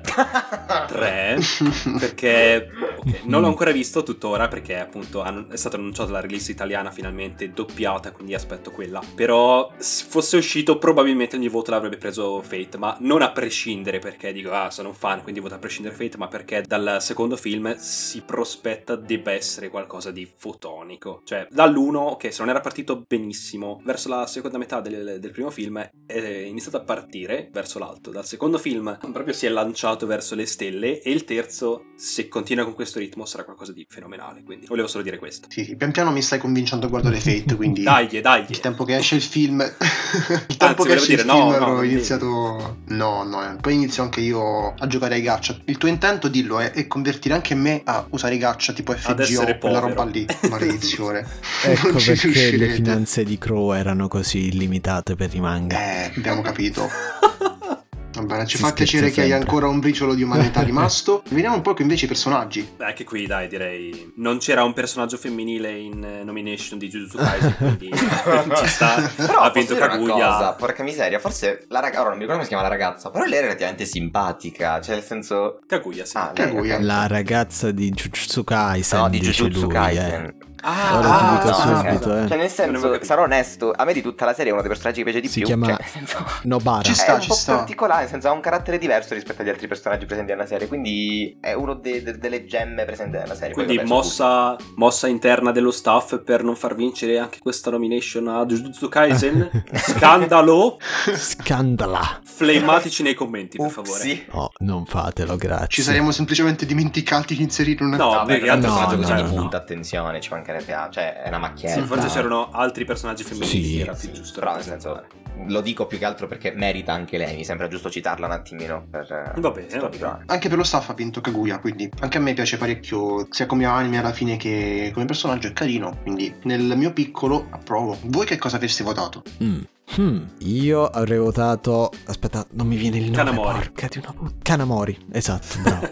Speaker 3: tre, perché ok, non l'ho ancora visto tuttora perché appunto hanno- è stata annunciata la release italiana finalmente doppiata, quindi aspetto quella. Però se fosse uscito probabilmente il mio voto l'avrebbe preso Fate, ma non a prescindere perché dico ah sono un fan quindi voto a prescindere Fate, ma perché dal secondo film si prospetta debba essere qualcosa di fotonico. Cioè dall'uno che se non era partito benissimo, verso la seconda metà del, del primo film è iniziato a partire verso l'alto. Dal secondo film proprio si è lanciato verso le stelle e il terzo, se continua con questo ritmo, sarà qualcosa di fenomenale. Quindi volevo solo dire questo.
Speaker 1: Sì, sì, pian piano mi stai convincendo a guardare Fate, quindi
Speaker 3: Dai, dai.
Speaker 1: il tempo che esce il film il tempo che
Speaker 3: volevo
Speaker 1: esce
Speaker 3: dire,
Speaker 1: il
Speaker 3: no,
Speaker 1: film
Speaker 3: no,
Speaker 1: ero
Speaker 3: non
Speaker 1: iniziato no, no, eh. Poi inizio anche io a giocare ai gacha. Il tuo intento, dillo, è, è convertire anche me a usare i gacha tipo
Speaker 3: Ad
Speaker 1: F G O,
Speaker 3: essere
Speaker 1: quella
Speaker 3: povero.
Speaker 1: roba lì, maledizione.
Speaker 4: Ecco
Speaker 1: Non ci
Speaker 4: perché le
Speaker 1: riuscirete.
Speaker 4: finanze di Crow erano così limitate per i manga.
Speaker 1: Eh, abbiamo capito. Va bene, ci
Speaker 4: Si
Speaker 1: fa
Speaker 4: scherza
Speaker 1: piacere che hai
Speaker 4: sempre.
Speaker 1: ancora un briciolo di umanità rimasto. Vediamo un po' che invece i personaggi.
Speaker 3: Beh, anche qui dai, direi non c'era un personaggio femminile in eh, nomination di Jujutsu Kaisen, quindi ci sta.
Speaker 2: Però
Speaker 3: Ha
Speaker 2: posso
Speaker 3: vinto
Speaker 2: dire una cosa,
Speaker 3: Kaguya.
Speaker 2: porca miseria, forse la ragazza, ora non mi ricordo come si chiama la ragazza, però lei è relativamente simpatica, cioè nel senso...
Speaker 3: Kaguya, sì.
Speaker 2: Ah, lei,
Speaker 1: Kaguya.
Speaker 2: ok.
Speaker 4: La ragazza di Jujutsu Kaisen,
Speaker 2: No, di
Speaker 4: dice
Speaker 2: Jujutsu
Speaker 4: lui,
Speaker 2: Kaisen.
Speaker 4: eh.
Speaker 3: Ah,
Speaker 4: Ora ti
Speaker 3: ah,
Speaker 4: dico
Speaker 3: no,
Speaker 4: subito,
Speaker 3: no.
Speaker 4: eh.
Speaker 2: Cioè, nel
Speaker 3: Non avevo
Speaker 2: senso,
Speaker 3: capito.
Speaker 2: sarò onesto, a me di tutta la serie è uno dei personaggi che piace di
Speaker 4: Si
Speaker 2: più.
Speaker 4: chiama
Speaker 2: Cioè, nel senso,
Speaker 4: Nobara.
Speaker 1: Ci
Speaker 2: è
Speaker 1: sta,
Speaker 2: un
Speaker 1: ci
Speaker 2: po'
Speaker 1: sta.
Speaker 2: particolare, nel senso ha un carattere diverso rispetto agli altri personaggi presenti nella serie, quindi è uno de- de- delle gemme presenti nella serie.
Speaker 3: Quindi
Speaker 2: Poi, vabbè,
Speaker 3: mossa, mossa interna dello staff per non far vincere anche questa nomination a Jujutsu Kaisen. Scandalo.
Speaker 4: Scandala.
Speaker 3: Flammatici nei commenti, per
Speaker 2: Upsi.
Speaker 3: favore.
Speaker 4: Oh, non fatelo, grazie.
Speaker 1: Ci saremmo semplicemente dimenticati di inserire una...
Speaker 3: No,
Speaker 2: No,
Speaker 3: beh,
Speaker 2: perché
Speaker 3: che altro
Speaker 4: no,
Speaker 2: personaggio
Speaker 4: no,
Speaker 2: così
Speaker 4: no,
Speaker 2: di
Speaker 4: no.
Speaker 2: punta attenzione, ci mancherebbe altro, cioè è una macchietta.
Speaker 3: Sì, forse
Speaker 4: no.
Speaker 3: c'erano altri personaggi femminili,
Speaker 4: Sì.
Speaker 3: era più giusto.
Speaker 2: Però nel senso lo dico più che altro perché merita anche lei, mi sembra giusto citarla un attimino per
Speaker 3: Va bene,
Speaker 2: per
Speaker 3: va
Speaker 2: abituare.
Speaker 3: bene.
Speaker 1: Anche per lo staff ha vinto Kaguya, quindi anche a me piace parecchio, sia come anime alla fine che come personaggio, è carino, quindi nel mio piccolo approvo. Voi che cosa avreste votato?
Speaker 4: Mm. Hmm. Io avrei votato. Aspetta, non mi viene il nome.
Speaker 3: Kanamori.
Speaker 4: Porca di una puttana. Kanamori, esatto, bravo.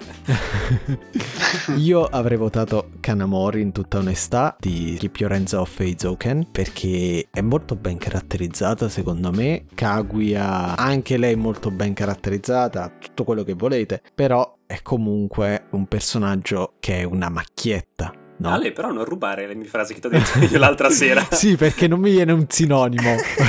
Speaker 4: Io avrei votato Kanamori in tutta onestà di Keep Your Hands Off Eizouken, perché è molto ben caratterizzata secondo me. Kaguya, anche lei molto ben caratterizzata, tutto quello che volete, però è comunque un personaggio che è una macchietta. No?
Speaker 3: Ale, però non rubare le mie frasi che ti ho detto io l'altra sera.
Speaker 4: Sì, perché non mi viene un sinonimo.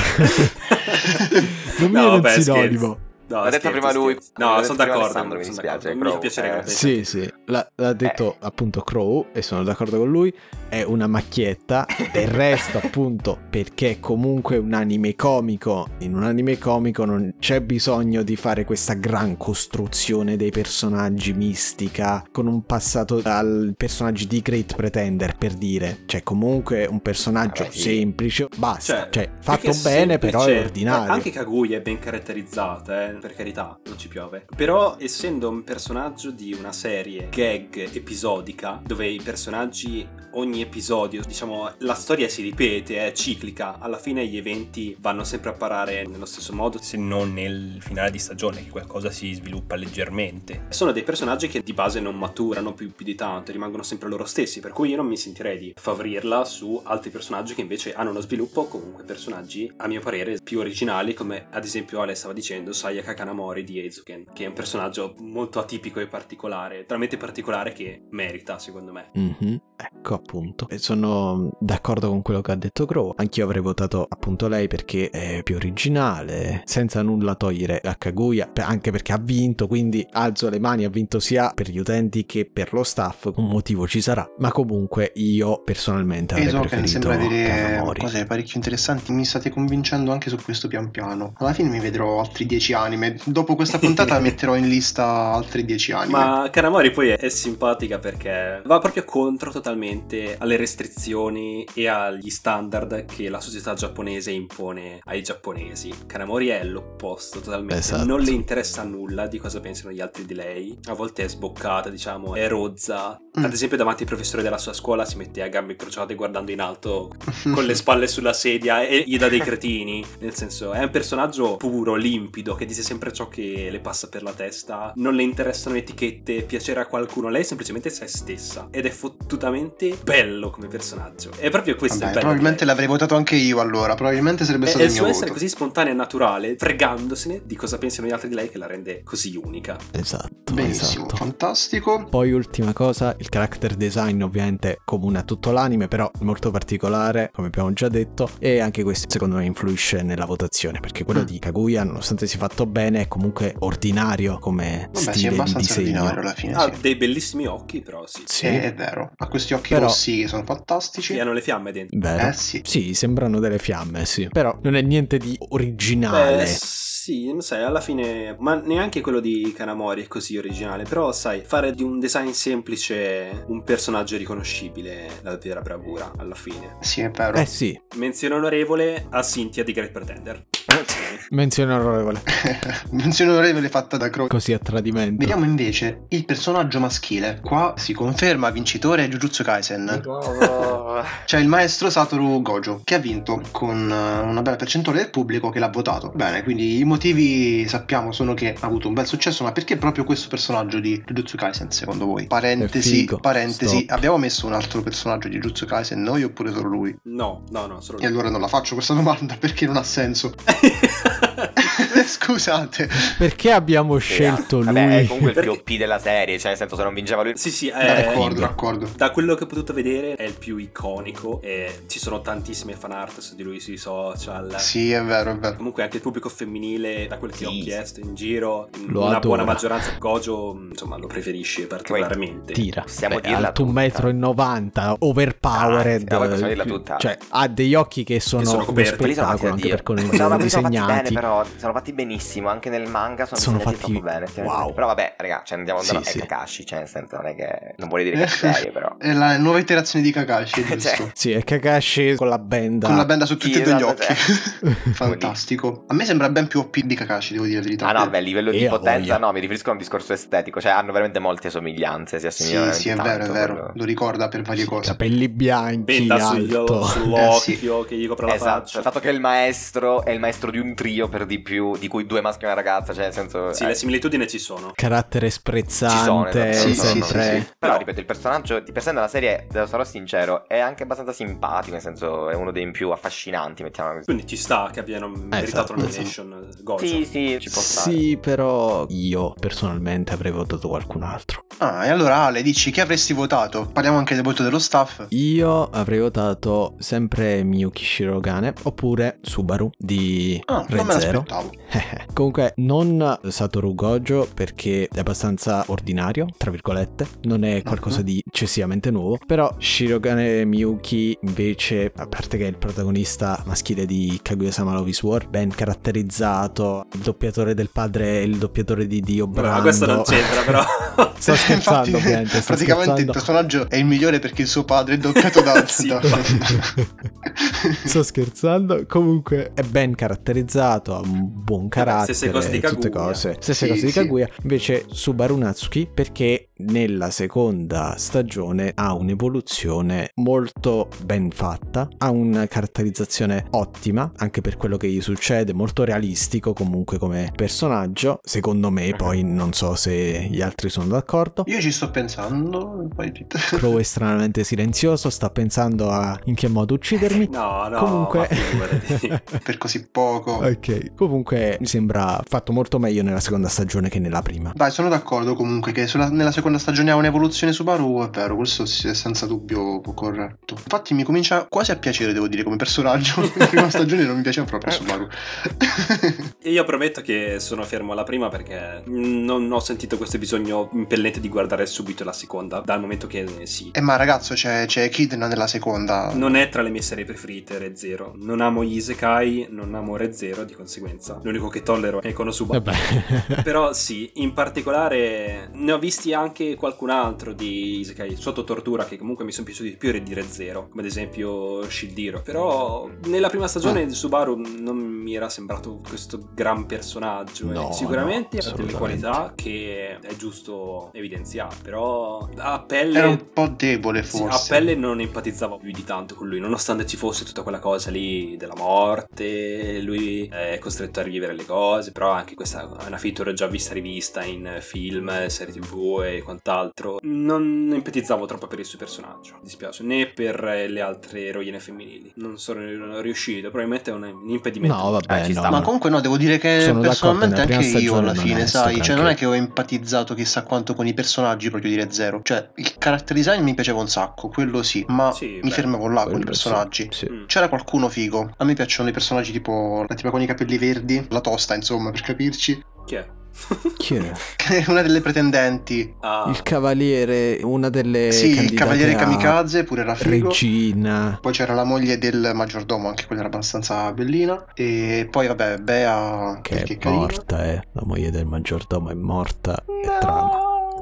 Speaker 4: Non mi
Speaker 3: No,
Speaker 4: viene
Speaker 3: vabbè,
Speaker 4: un sinonimo.
Speaker 3: scherzo. No,
Speaker 2: L'ha detto
Speaker 3: scherzo,
Speaker 2: prima lui.
Speaker 3: scherzo. No,
Speaker 2: L'ha
Speaker 3: sono
Speaker 2: detto prima
Speaker 3: d'accordo.
Speaker 2: Alessandro, mi
Speaker 3: sono
Speaker 2: dispiace,
Speaker 3: d'accordo. Mi
Speaker 2: Crow,
Speaker 3: piacerebbe.
Speaker 2: eh.
Speaker 4: Sì, sì, l'ha, l'ha detto appunto Crow e sono d'accordo con lui, è una macchietta, del resto appunto perché è comunque un anime comico, in un anime comico non c'è bisogno di fare questa gran costruzione dei personaggi mistica, con un passato al personaggi di Great Pretender per dire, cioè comunque un personaggio
Speaker 2: Vabbè, sì.
Speaker 4: semplice, basta, cioè, fatto
Speaker 3: perché
Speaker 4: bene però è
Speaker 3: semplice-
Speaker 4: ordinario.
Speaker 3: Anche Kaguya è ben caratterizzata, eh, per carità, non ci piove. Però essendo un personaggio di una serie gag episodica, dove i personaggi, ogni episodio, diciamo, la storia si ripete, è ciclica, alla fine gli eventi vanno sempre a parare nello stesso modo,
Speaker 5: Se non nel finale di stagione, che qualcosa si sviluppa leggermente.
Speaker 3: sono dei personaggi che di base non maturano più, più di tanto, rimangono sempre loro stessi, per cui io non mi sentirei di favorirla su altri personaggi che invece hanno uno sviluppo, comunque personaggi a mio parere più originali, come ad esempio Ale stava dicendo Sayaka Kanamori di Eizouken, che è un personaggio molto atipico e particolare, talmente particolare che merita secondo me.
Speaker 4: Mhm, ecco appunto, e sono d'accordo con quello che ha detto Crow. Anch'io avrei votato appunto lei perché è più originale, senza nulla togliere a Kaguya, per- anche perché ha vinto, quindi alzo le mani, ha vinto sia per gli utenti che per lo staff, un motivo ci sarà, ma comunque io personalmente avrei
Speaker 1: Eizouken
Speaker 4: preferito
Speaker 1: sembra dire
Speaker 4: Kanamori.
Speaker 1: cose parecchio interessanti, mi state convincendo anche su questo pian piano. Alla fine mi vedrò altri dieci anime, dopo questa puntata metterò in lista altri dieci anime.
Speaker 3: Ma Kanamori poi è, è simpatica perché va proprio contro totalmente alle restrizioni e agli standard che la società giapponese impone ai giapponesi. Kanamori è l'opposto totalmente,
Speaker 4: Esatto.
Speaker 3: non le interessa nulla di cosa pensano gli altri di lei, a volte è sboccata, diciamo, è rozza.
Speaker 1: Mm.
Speaker 3: Ad esempio davanti ai professori della sua scuola si mette a gambe incrociate guardando in alto con le spalle sulla sedia e gli dà dei cretini, nel senso è un personaggio puro, limpido, che dice sempre ciò che le passa per la testa, non le interessano etichette, piacere a qualcuno, lei è semplicemente se stessa ed è fottutamente bello come personaggio, è proprio questo
Speaker 1: Vabbè,
Speaker 3: il bello
Speaker 1: probabilmente
Speaker 3: di lei.
Speaker 1: l'avrei votato anche io allora, probabilmente sarebbe
Speaker 3: È,
Speaker 1: stato
Speaker 3: è
Speaker 1: il
Speaker 3: il
Speaker 1: mio
Speaker 3: suo essere
Speaker 1: voto.
Speaker 3: così spontanea e naturale, fregandosene di cosa pensano gli altri di lei, che la rende così unica.
Speaker 4: Esatto,
Speaker 1: Benissimo,
Speaker 4: esatto.
Speaker 1: fantastico.
Speaker 4: Poi ultima cosa, il character design ovviamente comune a tutto l'anime, però molto particolare, come abbiamo già detto, e anche questo secondo me influisce nella votazione, perché quello
Speaker 1: Mm.
Speaker 4: di Kaguya, nonostante sia fatto bene, è comunque ordinario come
Speaker 1: Vabbè, sì, è
Speaker 4: stile di
Speaker 1: abbastanza
Speaker 4: disegno.
Speaker 1: ordinario alla fine,
Speaker 3: Ha
Speaker 1: sì.
Speaker 3: dei bellissimi occhi, però sì.
Speaker 4: Sì,
Speaker 1: È, è vero, ha questi occhi
Speaker 4: Però-
Speaker 1: rossi che sono fantastici.
Speaker 3: E hanno le fiamme dentro.
Speaker 4: vero.
Speaker 1: Eh sì.
Speaker 4: Sì, sembrano delle fiamme, sì. Però non è niente di originale.
Speaker 3: Beh, sì, non sai, alla fine, ma neanche quello di Kanamori è così originale, però sai, fare di un design semplice un personaggio riconoscibile è la vera bravura, alla fine.
Speaker 1: Sì, è vero.
Speaker 4: Eh sì,
Speaker 3: Menzione onorevole a Cynthia di Great Pretender.
Speaker 4: menzione onorevole.
Speaker 1: Menzione onorevole fatta da Crow.
Speaker 4: Così a tradimento.
Speaker 1: Vediamo invece il personaggio maschile. Qua si conferma vincitore Jujutsu Kaisen. C'è il maestro Satoru Gojo, che ha vinto con eh, una bella percentuale del pubblico che l'ha votato. Bene, quindi i motivi sappiamo sono che ha avuto un bel successo, ma perché proprio questo personaggio di Jujutsu Kaisen secondo voi? Parentesi,
Speaker 4: figo.
Speaker 1: parentesi,
Speaker 4: Stop.
Speaker 1: abbiamo messo un altro personaggio di Jujutsu Kaisen noi oppure solo lui?
Speaker 3: No, no, no, solo
Speaker 1: E allora non la faccio questa domanda perché non ha senso. scusate.
Speaker 4: Perché abbiamo scelto lui?
Speaker 2: Vabbè, è comunque il
Speaker 3: Perché-
Speaker 2: più O P della serie, cioè nel senso se non vinceva lui...
Speaker 3: Sì, sì,
Speaker 1: D'accordo,
Speaker 3: eh,
Speaker 1: d'accordo.
Speaker 3: da quello che ho potuto vedere è il più iconico e ci sono tantissime fan art su di lui sui social.
Speaker 1: Sì, è vero, è vero.
Speaker 3: Comunque anche il pubblico femminile, da quel che
Speaker 2: Sì,
Speaker 3: ho
Speaker 2: sì.
Speaker 3: chiesto in giro,
Speaker 4: Lo
Speaker 3: una
Speaker 4: adora.
Speaker 3: buona maggioranza Gojo, insomma, lo preferisce particolarmente.
Speaker 4: Tira.
Speaker 2: Possiamo
Speaker 4: Beh,
Speaker 2: dirla
Speaker 4: alto un
Speaker 2: tutta.
Speaker 4: metro e novanta, overpowered.
Speaker 2: Ah, sì, vabbè, possiamo dirla tutta.
Speaker 4: Cioè, ha degli occhi che sono,
Speaker 3: sono
Speaker 4: uno
Speaker 3: coperti.
Speaker 2: Quelli sono fatti
Speaker 4: spettacolo
Speaker 2: da
Speaker 4: anche
Speaker 2: Dio.
Speaker 4: per come
Speaker 2: No,
Speaker 4: sono
Speaker 2: ma quelli sono fatti bene,
Speaker 4: disegnati.
Speaker 2: però sono fatti benissimo. Anche nel manga sono,
Speaker 4: Sono
Speaker 2: disegnati
Speaker 4: fatti-
Speaker 2: troppo bene. cioè,
Speaker 4: wow.
Speaker 2: Però vabbè, raga, cioè andiamo
Speaker 4: Sì,
Speaker 2: è
Speaker 4: sì.
Speaker 2: Kakashi, cioè nel senso non è che non vuole dire cattiverie, però.
Speaker 1: È la nuova iterazione di Kakashi, è giusto?
Speaker 2: Cioè,
Speaker 4: Sì, è Kakashi con la benda.
Speaker 1: Con la benda su tutti
Speaker 2: Sì,
Speaker 1: e due gli
Speaker 2: esatto,
Speaker 1: occhi. Fantastico. A me sembra ben più O P di Kakashi, devo dire la verità.
Speaker 2: Ah no, beh, a livello di
Speaker 4: E a
Speaker 2: potenza
Speaker 4: voglia.
Speaker 2: no, mi riferisco a un discorso estetico, cioè hanno veramente molte somiglianze, si assomigliano
Speaker 1: Sì, sì, è
Speaker 2: veramente
Speaker 1: vero, è
Speaker 2: tanto,
Speaker 1: vero.
Speaker 2: quello-
Speaker 1: Lo ricorda per varie cose.
Speaker 4: Capelli bianchi,
Speaker 3: Benda sugli-
Speaker 4: alto.
Speaker 3: sull'occhio che gli copre la
Speaker 2: Esatto,
Speaker 3: faccia.
Speaker 2: il fatto che il maestro è il maestro di un trio per di più, di cui due maschi e una ragazza, cioè nel senso...
Speaker 3: Sì,
Speaker 2: eh,
Speaker 3: le similitudini ci sono.
Speaker 4: Carattere
Speaker 2: ci sono,
Speaker 4: sprezzante,
Speaker 2: esatto,
Speaker 1: Sì,
Speaker 2: sono-
Speaker 1: sì,
Speaker 4: sempre.
Speaker 1: sì, sì.
Speaker 2: Però
Speaker 3: No.
Speaker 2: ripeto, il personaggio di per sé nella serie, devo sarò sincero, è anche abbastanza simpatico, nel senso è uno dei più affascinanti, mettiamola così.
Speaker 3: Quindi ci sta che abbiano meritato
Speaker 4: esatto,
Speaker 3: la nomination Gojo.
Speaker 2: Sì, sì, ci può stare.
Speaker 4: Sì, però io personalmente avrei votato qualcun altro.
Speaker 1: Ah, e allora Ale, dici che avresti votato? Parliamo anche del voto dello staff.
Speaker 4: Io avrei votato sempre Miyuki Shirogane oppure Subaru di
Speaker 1: Ah, non me
Speaker 4: Re:Zero.
Speaker 1: l'aspettavo.
Speaker 4: Comunque non Satoru Gojo perché è abbastanza ordinario, tra virgolette, non è qualcosa
Speaker 1: Mhm.
Speaker 4: di eccessivamente nuovo, però Shirogane Miyuki invece, a parte che è il protagonista maschile di Kaguya-sama Love is War, ben caratterizzato, il doppiatore del padre è il doppiatore di Dio
Speaker 3: Vabbè,
Speaker 4: Brando.
Speaker 3: ma questo non c'entra, però.
Speaker 4: Sto scherzando,
Speaker 1: Infatti,
Speaker 4: ovviamente, sto
Speaker 1: praticamente
Speaker 4: scherzando.
Speaker 1: il personaggio è il migliore perché il suo padre è doppiato da...
Speaker 3: Sì,
Speaker 1: da-
Speaker 4: Sto scherzando. Comunque è ben caratterizzato, ha un buon carattere,
Speaker 3: stesse cose di
Speaker 4: tutte
Speaker 3: Kaguya.
Speaker 4: cose. Stesse
Speaker 1: Sì,
Speaker 4: cose di
Speaker 1: sì.
Speaker 4: Kaguya. Invece Subaru Natsuki perché nella seconda stagione ha un'evoluzione molto ben fatta, ha una caratterizzazione ottima anche per quello che gli succede, molto realistico comunque come personaggio. Secondo me, poi non so se gli altri sono d'accordo.
Speaker 1: Io ci sto pensando. Poi...
Speaker 4: Crow è stranamente silenzioso, sta pensando a in che modo uccidermi.
Speaker 3: No, no,
Speaker 4: Comunque
Speaker 3: ma figurati.
Speaker 1: per così poco.
Speaker 4: Ok, comunque mi sembra fatto molto meglio nella seconda stagione che nella prima.
Speaker 1: Dai, sono d'accordo comunque che sulla- nella seconda stagione ha un'evoluzione Subaru, è vero, questo sì, è senza dubbio corretto. Infatti mi comincia quasi a piacere, devo dire, come personaggio. La prima stagione non mi piaceva proprio Subaru.
Speaker 3: E io prometto che sono fermo alla prima perché non ho sentito questo bisogno impellente di guardare subito la seconda, dal momento che sì.
Speaker 1: Eh ma ragazzo, c'è, c'è Echidna nella seconda.
Speaker 3: Non è tra le mie serie preferite Re:Zero. Non amo gli Isekai, non amo Re:Zero, di conseguenza l'unico che tollero è Konosuba.
Speaker 4: Vabbè.
Speaker 3: Però sì, in particolare ne ho visti anche qualcun altro di Isekai sotto tortura che comunque mi sono piaciuti di più di Re:Zero, come ad esempio Shildiro. Però nella prima stagione di Subaru non mi era sembrato questo gran personaggio.
Speaker 4: No,
Speaker 3: e sicuramente
Speaker 4: no,
Speaker 3: ha delle
Speaker 4: assolutamente.
Speaker 3: qualità che è giusto evidenziare, però a pelle...
Speaker 1: Era un po' debole
Speaker 3: Sì,
Speaker 1: forse.
Speaker 3: a pelle non empatizzavo più di tanto con lui, nonostante ci fosse tutta quella cosa lì della morte, lui è costretto a rivivere le cose, però anche questa è una feature già vista e rivista in film, serie tv e quant'altro. Non empatizzavo troppo per il suo personaggio, mi dispiace, né per le altre eroine femminili. Non sono riuscito, probabilmente è un, un impedimento.
Speaker 4: No, vabbè,
Speaker 2: Eh, ci
Speaker 4: no,
Speaker 2: sta.
Speaker 1: Ma
Speaker 4: no.
Speaker 1: comunque no, devo dire che
Speaker 4: Sono
Speaker 1: personalmente
Speaker 4: d'accordo, nella
Speaker 1: anche
Speaker 4: prima
Speaker 1: io alla
Speaker 4: stagione non
Speaker 1: fine,
Speaker 4: è sto
Speaker 1: sai, cioè non è
Speaker 4: granché.
Speaker 1: che ho empatizzato chissà quanto con i personaggi proprio di Re:Zero. Cioè, il character design mi piaceva un sacco, quello sì, ma
Speaker 3: Sì,
Speaker 1: mi
Speaker 3: beh,
Speaker 1: fermavo là con i
Speaker 4: Quello
Speaker 1: personaggi.
Speaker 4: sì, sì.
Speaker 3: Mm.
Speaker 1: C'era qualcuno figo. A me piacciono i personaggi tipo la tipa con i capelli verdi, la tosta, insomma, per capirci.
Speaker 3: Chi è?
Speaker 4: Chi è?
Speaker 1: Che è una delle pretendenti.
Speaker 3: Ah,
Speaker 4: Il cavaliere, una delle
Speaker 1: Sì, il
Speaker 4: candidate
Speaker 1: cavaliere
Speaker 4: a
Speaker 1: kamikaze, pure era figo.
Speaker 4: regina.
Speaker 1: Poi c'era la moglie del maggiordomo, anche quella era abbastanza bellina. E poi vabbè, Bea,
Speaker 4: Che
Speaker 1: perché
Speaker 4: è
Speaker 1: carina.
Speaker 4: morta, eh. La moglie del maggiordomo è morta. È trama.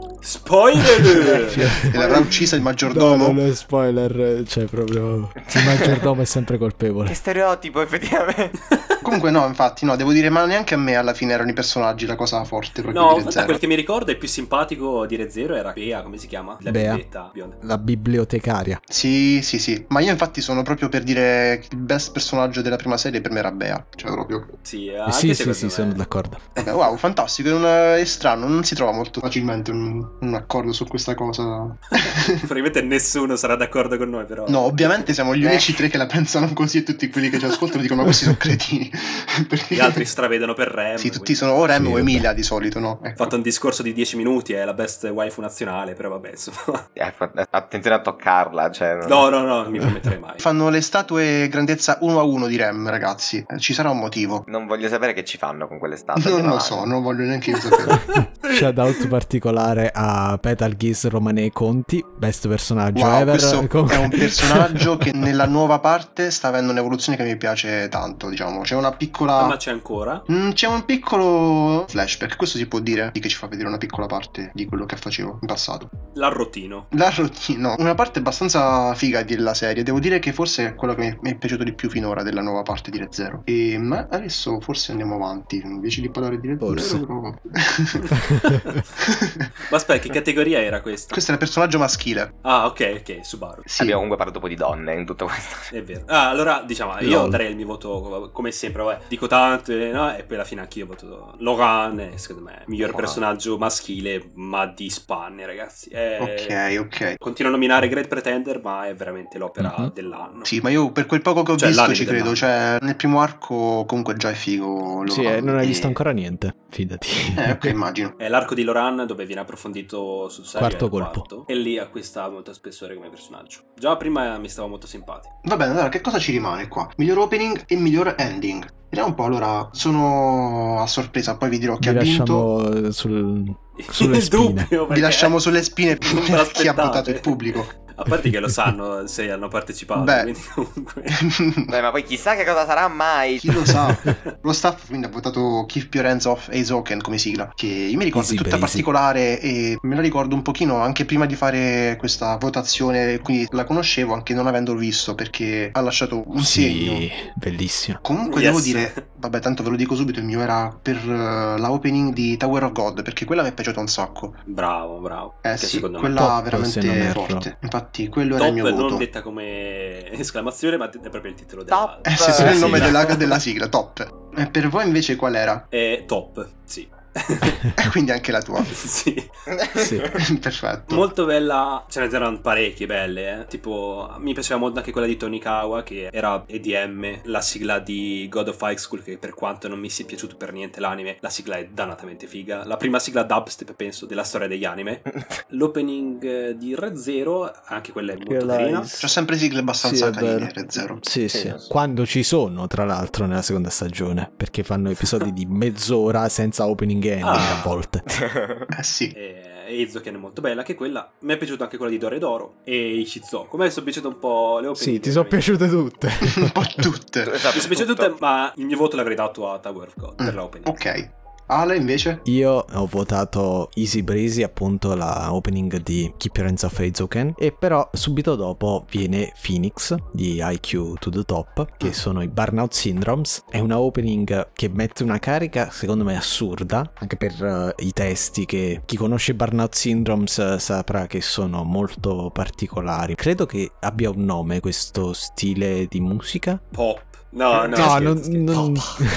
Speaker 3: spoiler!
Speaker 1: E l'avrà uccisa il
Speaker 4: No,
Speaker 1: maggiordomo.
Speaker 4: non è spoiler, cioè proprio il maggiordomo è sempre
Speaker 2: Che
Speaker 4: colpevole.
Speaker 2: stereotipo, effettivamente.
Speaker 1: Comunque no, infatti no, devo dire, ma neanche a me alla fine erano i personaggi la cosa forte proprio
Speaker 3: No,
Speaker 1: di
Speaker 3: da
Speaker 1: Re:Zero.
Speaker 3: quel che mi ricordo il più simpatico di Re:Zero era Bea, come si chiama? La
Speaker 4: Bea.
Speaker 3: biblioteca bionda.
Speaker 4: La bibliotecaria.
Speaker 1: Sì, sì, sì, ma io infatti sono proprio per dire che il best personaggio della prima serie per me era Bea, cioè proprio.
Speaker 3: Sì,
Speaker 4: Eh,
Speaker 3: anche
Speaker 4: sì, sì,
Speaker 3: secondo
Speaker 4: sì,
Speaker 3: me.
Speaker 4: sono d'accordo.
Speaker 1: Vabbè, wow, fantastico, è, una- è strano, non si trova molto facilmente un, un accordo su questa cosa.
Speaker 3: Probabilmente nessuno sarà d'accordo con noi, però.
Speaker 1: No, ovviamente siamo gli
Speaker 2: Eh.
Speaker 1: unici tre che la pensano così e tutti quelli che ci ascoltano dicono ma questi sono cretini. Perché...
Speaker 3: Gli altri stravedono per Rem.
Speaker 1: Sì, tutti
Speaker 3: quindi...
Speaker 1: sono o Rem
Speaker 4: Sì,
Speaker 1: o
Speaker 4: vabbè.
Speaker 1: Emilia di solito, no?
Speaker 3: Ho
Speaker 1: Ecco.
Speaker 3: fatto un discorso di dieci minuti, è la best waifu nazionale, però vabbè, insomma.
Speaker 2: Eh, fa- attenzione a toccarla, cioè... non-
Speaker 3: No, no, no, non mi permetterei mai.
Speaker 1: Fanno le statue grandezza uno a uno di Rem, ragazzi. Eh, Ci sarà un motivo.
Speaker 2: Non voglio sapere che ci fanno con quelle statue.
Speaker 1: Non
Speaker 2: andiamo
Speaker 1: lo
Speaker 2: avanti.
Speaker 1: so, non voglio neanche io sapere.
Speaker 4: Shout out particolare a Petal Geese Romane Conti, best personaggio
Speaker 1: Wow,
Speaker 4: ever.
Speaker 1: questo
Speaker 4: Comunque-
Speaker 1: è un personaggio che nella nuova parte sta avendo un'evoluzione che mi piace tanto, diciamo. C'è una piccola...
Speaker 3: Ah, ma c'è ancora?
Speaker 1: Mm, c'è un piccolo flashback, questo si può dire, che ci fa vedere una piccola parte di quello che facevo in passato.
Speaker 3: L'arrotino.
Speaker 1: La routine, no, una parte abbastanza figa della serie, devo dire che forse è quello che mi- mi è piaciuto di più finora della nuova parte di Re Zero. E ma adesso forse andiamo avanti, invece di parlare di Re
Speaker 4: Forse.
Speaker 1: Zero, però vabbè.
Speaker 3: Ma aspetta, che categoria era questa?
Speaker 1: Questo è il personaggio maschile.
Speaker 3: Ah, ok, ok, Subaru.
Speaker 1: Sì.
Speaker 2: Abbiamo comunque parlato un po' di donne in tutto questo.
Speaker 3: È vero. Ah, allora, diciamo, io
Speaker 4: Lol.
Speaker 3: darei il mio voto come sempre, vabbè. Dico tanto, eh, no? E poi alla fine anch'io voto Logan, e secondo me, miglior
Speaker 2: Wow.
Speaker 3: personaggio maschile, ma di spanne, ragazzi. È...
Speaker 1: Ok, ok.
Speaker 3: Continuo a nominare Great Pretender, ma è veramente l'opera
Speaker 4: Mhm.
Speaker 3: dell'anno.
Speaker 1: Sì, ma io per quel poco che ho
Speaker 3: Cioè,
Speaker 1: visto
Speaker 3: l'anime
Speaker 1: ci credo,
Speaker 3: dell'anno.
Speaker 1: cioè nel primo arco comunque già è figo.
Speaker 4: Sì,
Speaker 1: Logan,
Speaker 4: eh, non hai
Speaker 1: e-
Speaker 4: visto ancora niente, fidati.
Speaker 1: Eh, ok, immagino.
Speaker 3: È l'arco di Loran dove viene approfondito sul serio.
Speaker 4: Quarto
Speaker 3: è il
Speaker 4: colpo.
Speaker 3: quarto, e lì acquista molto spessore come personaggio. Già prima mi stava molto simpatico.
Speaker 1: Va bene, allora che cosa ci rimane qua? Miglior opening e miglior ending. Vediamo un po', allora, sono a sorpresa, poi vi dirò chi
Speaker 4: Vi
Speaker 1: ha vinto.
Speaker 4: lasciamo sul... Sulle
Speaker 3: Il
Speaker 4: spine.
Speaker 3: dubbio,
Speaker 1: Vi
Speaker 3: perché
Speaker 1: lasciamo sulle spine
Speaker 3: non ve
Speaker 1: per chi ha
Speaker 3: l'aspettate.
Speaker 1: votato il pubblico.
Speaker 3: A parte che lo sanno se hanno partecipato,
Speaker 1: Beh.
Speaker 3: quindi comunque...
Speaker 2: Beh, ma poi chissà che cosa sarà mai.
Speaker 1: Chi lo sa? Lo staff quindi ha votato Keep Your Hands Off Eizouken come sigla, che io mi ricordo
Speaker 4: Easy
Speaker 1: è tutta
Speaker 4: breezy.
Speaker 1: particolare e me la ricordo un pochino anche prima di fare questa votazione, quindi la conoscevo anche non avendolo visto perché ha lasciato un segno.
Speaker 4: Sì, bellissimo.
Speaker 1: Comunque
Speaker 3: Yes.
Speaker 1: devo dire, vabbè, tanto ve lo dico subito, il mio era per eh, la opening di Tower of God, perché quella mi è piaciuta un sacco.
Speaker 3: Bravo, bravo.
Speaker 1: Eh
Speaker 3: Che
Speaker 1: sì,
Speaker 3: secondo me
Speaker 1: quella
Speaker 4: top, se non
Speaker 1: veramente
Speaker 4: erro.
Speaker 1: forte. Infatti, quello era il
Speaker 3: top
Speaker 1: mio
Speaker 3: non
Speaker 1: voto.
Speaker 3: detta come esclamazione, ma è proprio il titolo della...
Speaker 2: Top.
Speaker 1: Eh sì, sì, il
Speaker 2: Sì,
Speaker 1: nome
Speaker 3: sì.
Speaker 1: della, della sigla, top. E per voi invece qual era?
Speaker 3: È top, sì.
Speaker 1: E quindi anche la tua.
Speaker 3: Sì.
Speaker 4: Sì.
Speaker 1: Perfetto.
Speaker 3: Molto bella, ce n'erano parecchie belle, eh. Tipo, mi piaceva molto anche quella di Tonikawa, che era E D M, la sigla di God of High School, che per quanto non mi sia piaciuto per niente l'anime, la sigla è dannatamente figa. La prima sigla dubstep, penso, della storia degli anime. L'opening eh, di Re Zero, anche quella è molto
Speaker 4: Quella
Speaker 3: carina.
Speaker 4: è-
Speaker 1: C'ho sempre sigle abbastanza
Speaker 4: Sì, è
Speaker 1: carine,
Speaker 4: vero.
Speaker 1: Re Zero.
Speaker 4: Sì,
Speaker 2: Sì,
Speaker 4: sì.
Speaker 2: lo so.
Speaker 4: Quando ci sono, tra l'altro, nella seconda stagione, perché fanno episodi di mezz'ora senza opening e ending
Speaker 3: Ah.
Speaker 4: a volte.
Speaker 1: Eh sì.
Speaker 3: E Eizouken è molto bella, anche quella. Mi è piaciuta anche quella di Doredoro e Ichizo. Come mi sono piaciute un po' le opening.
Speaker 4: Sì, ti sono piaciute tutte.
Speaker 1: Un po' tutte.
Speaker 3: Mi sono piaciute tutte, ma il mio voto l'avrei dato a Tower of God per
Speaker 1: Mm,
Speaker 3: la opening.
Speaker 1: Ok. Ale invece?
Speaker 4: Io ho votato Easy Breezy, appunto la opening di Keep Your Hands Off Eizouken, e però subito dopo viene Phoenix di I Q to the Top, che sono i Burnout Syndromes. È una opening che mette una carica secondo me assurda, anche per eh, i testi, che chi conosce Burnout Syndromes eh, saprà che sono molto particolari. Credo che abbia un nome questo stile di musica.
Speaker 3: Pop. No, no,
Speaker 4: No,
Speaker 3: scherzo,
Speaker 4: non,
Speaker 3: scherzo.
Speaker 4: non-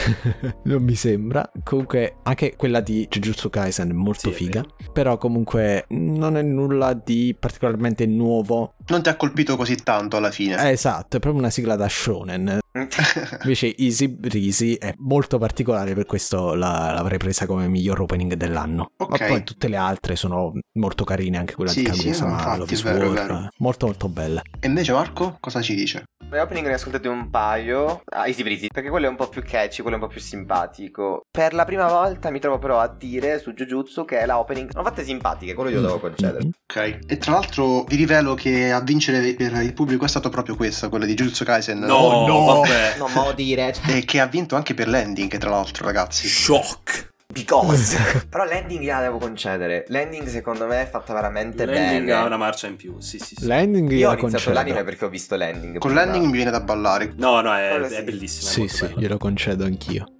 Speaker 4: non mi sembra. Comunque anche quella di Jujutsu Kaisen è molto
Speaker 3: Sì, è
Speaker 4: figa.
Speaker 3: vero.
Speaker 4: Però comunque non è nulla di particolarmente nuovo.
Speaker 1: Non ti ha colpito così tanto alla fine.
Speaker 4: Eh, esatto, è proprio una sigla da shonen. Invece Easy Breezy è molto particolare, per questo la- l'avrei presa come miglior opening dell'anno.
Speaker 1: Ok.
Speaker 4: Ma poi tutte le altre sono molto carine, anche quella
Speaker 1: Sì,
Speaker 4: di
Speaker 1: sì,
Speaker 4: Kaguya-sama,
Speaker 1: no, infatti,
Speaker 4: Love is
Speaker 1: è vero, è
Speaker 4: War,
Speaker 1: vero.
Speaker 4: molto molto bella.
Speaker 1: E invece Marco, cosa ci dice?
Speaker 2: Le opening ne ho ascoltate un paio. Ah, Easy Breezy, perché quello è un po' più catchy, quello è un po' più simpatico. Per la prima volta mi trovo però a dire su Jujutsu che la opening sono fatte simpatiche, quello glielo devo concedere.
Speaker 4: Mhm.
Speaker 1: Ok. E tra l'altro vi rivelo che a vincere per il pubblico è stato proprio questo, quello di Jujutsu Kaisen.
Speaker 3: No,
Speaker 4: Oh, no.
Speaker 3: vabbè.
Speaker 2: Non mo dire, cioè,
Speaker 1: E che ha vinto anche per l'ending, tra l'altro, ragazzi.
Speaker 3: Shock.
Speaker 2: because. Però l'ending gliela devo concedere. L'ending secondo me è fatta veramente
Speaker 3: L'ending
Speaker 2: bene.
Speaker 3: ha una marcia in più, sì, sì, sì.
Speaker 4: L'ending
Speaker 2: Io
Speaker 4: gliela
Speaker 2: ho iniziato
Speaker 4: concedo.
Speaker 2: l'anime perché ho visto l'ending.
Speaker 1: Con
Speaker 2: prima.
Speaker 1: l'ending mi viene da ballare.
Speaker 3: No, no, è,
Speaker 2: Quello
Speaker 3: è
Speaker 2: sì.
Speaker 3: bellissima. è
Speaker 4: Sì,
Speaker 3: molto
Speaker 4: sì,
Speaker 3: bella.
Speaker 4: glielo concedo anch'io.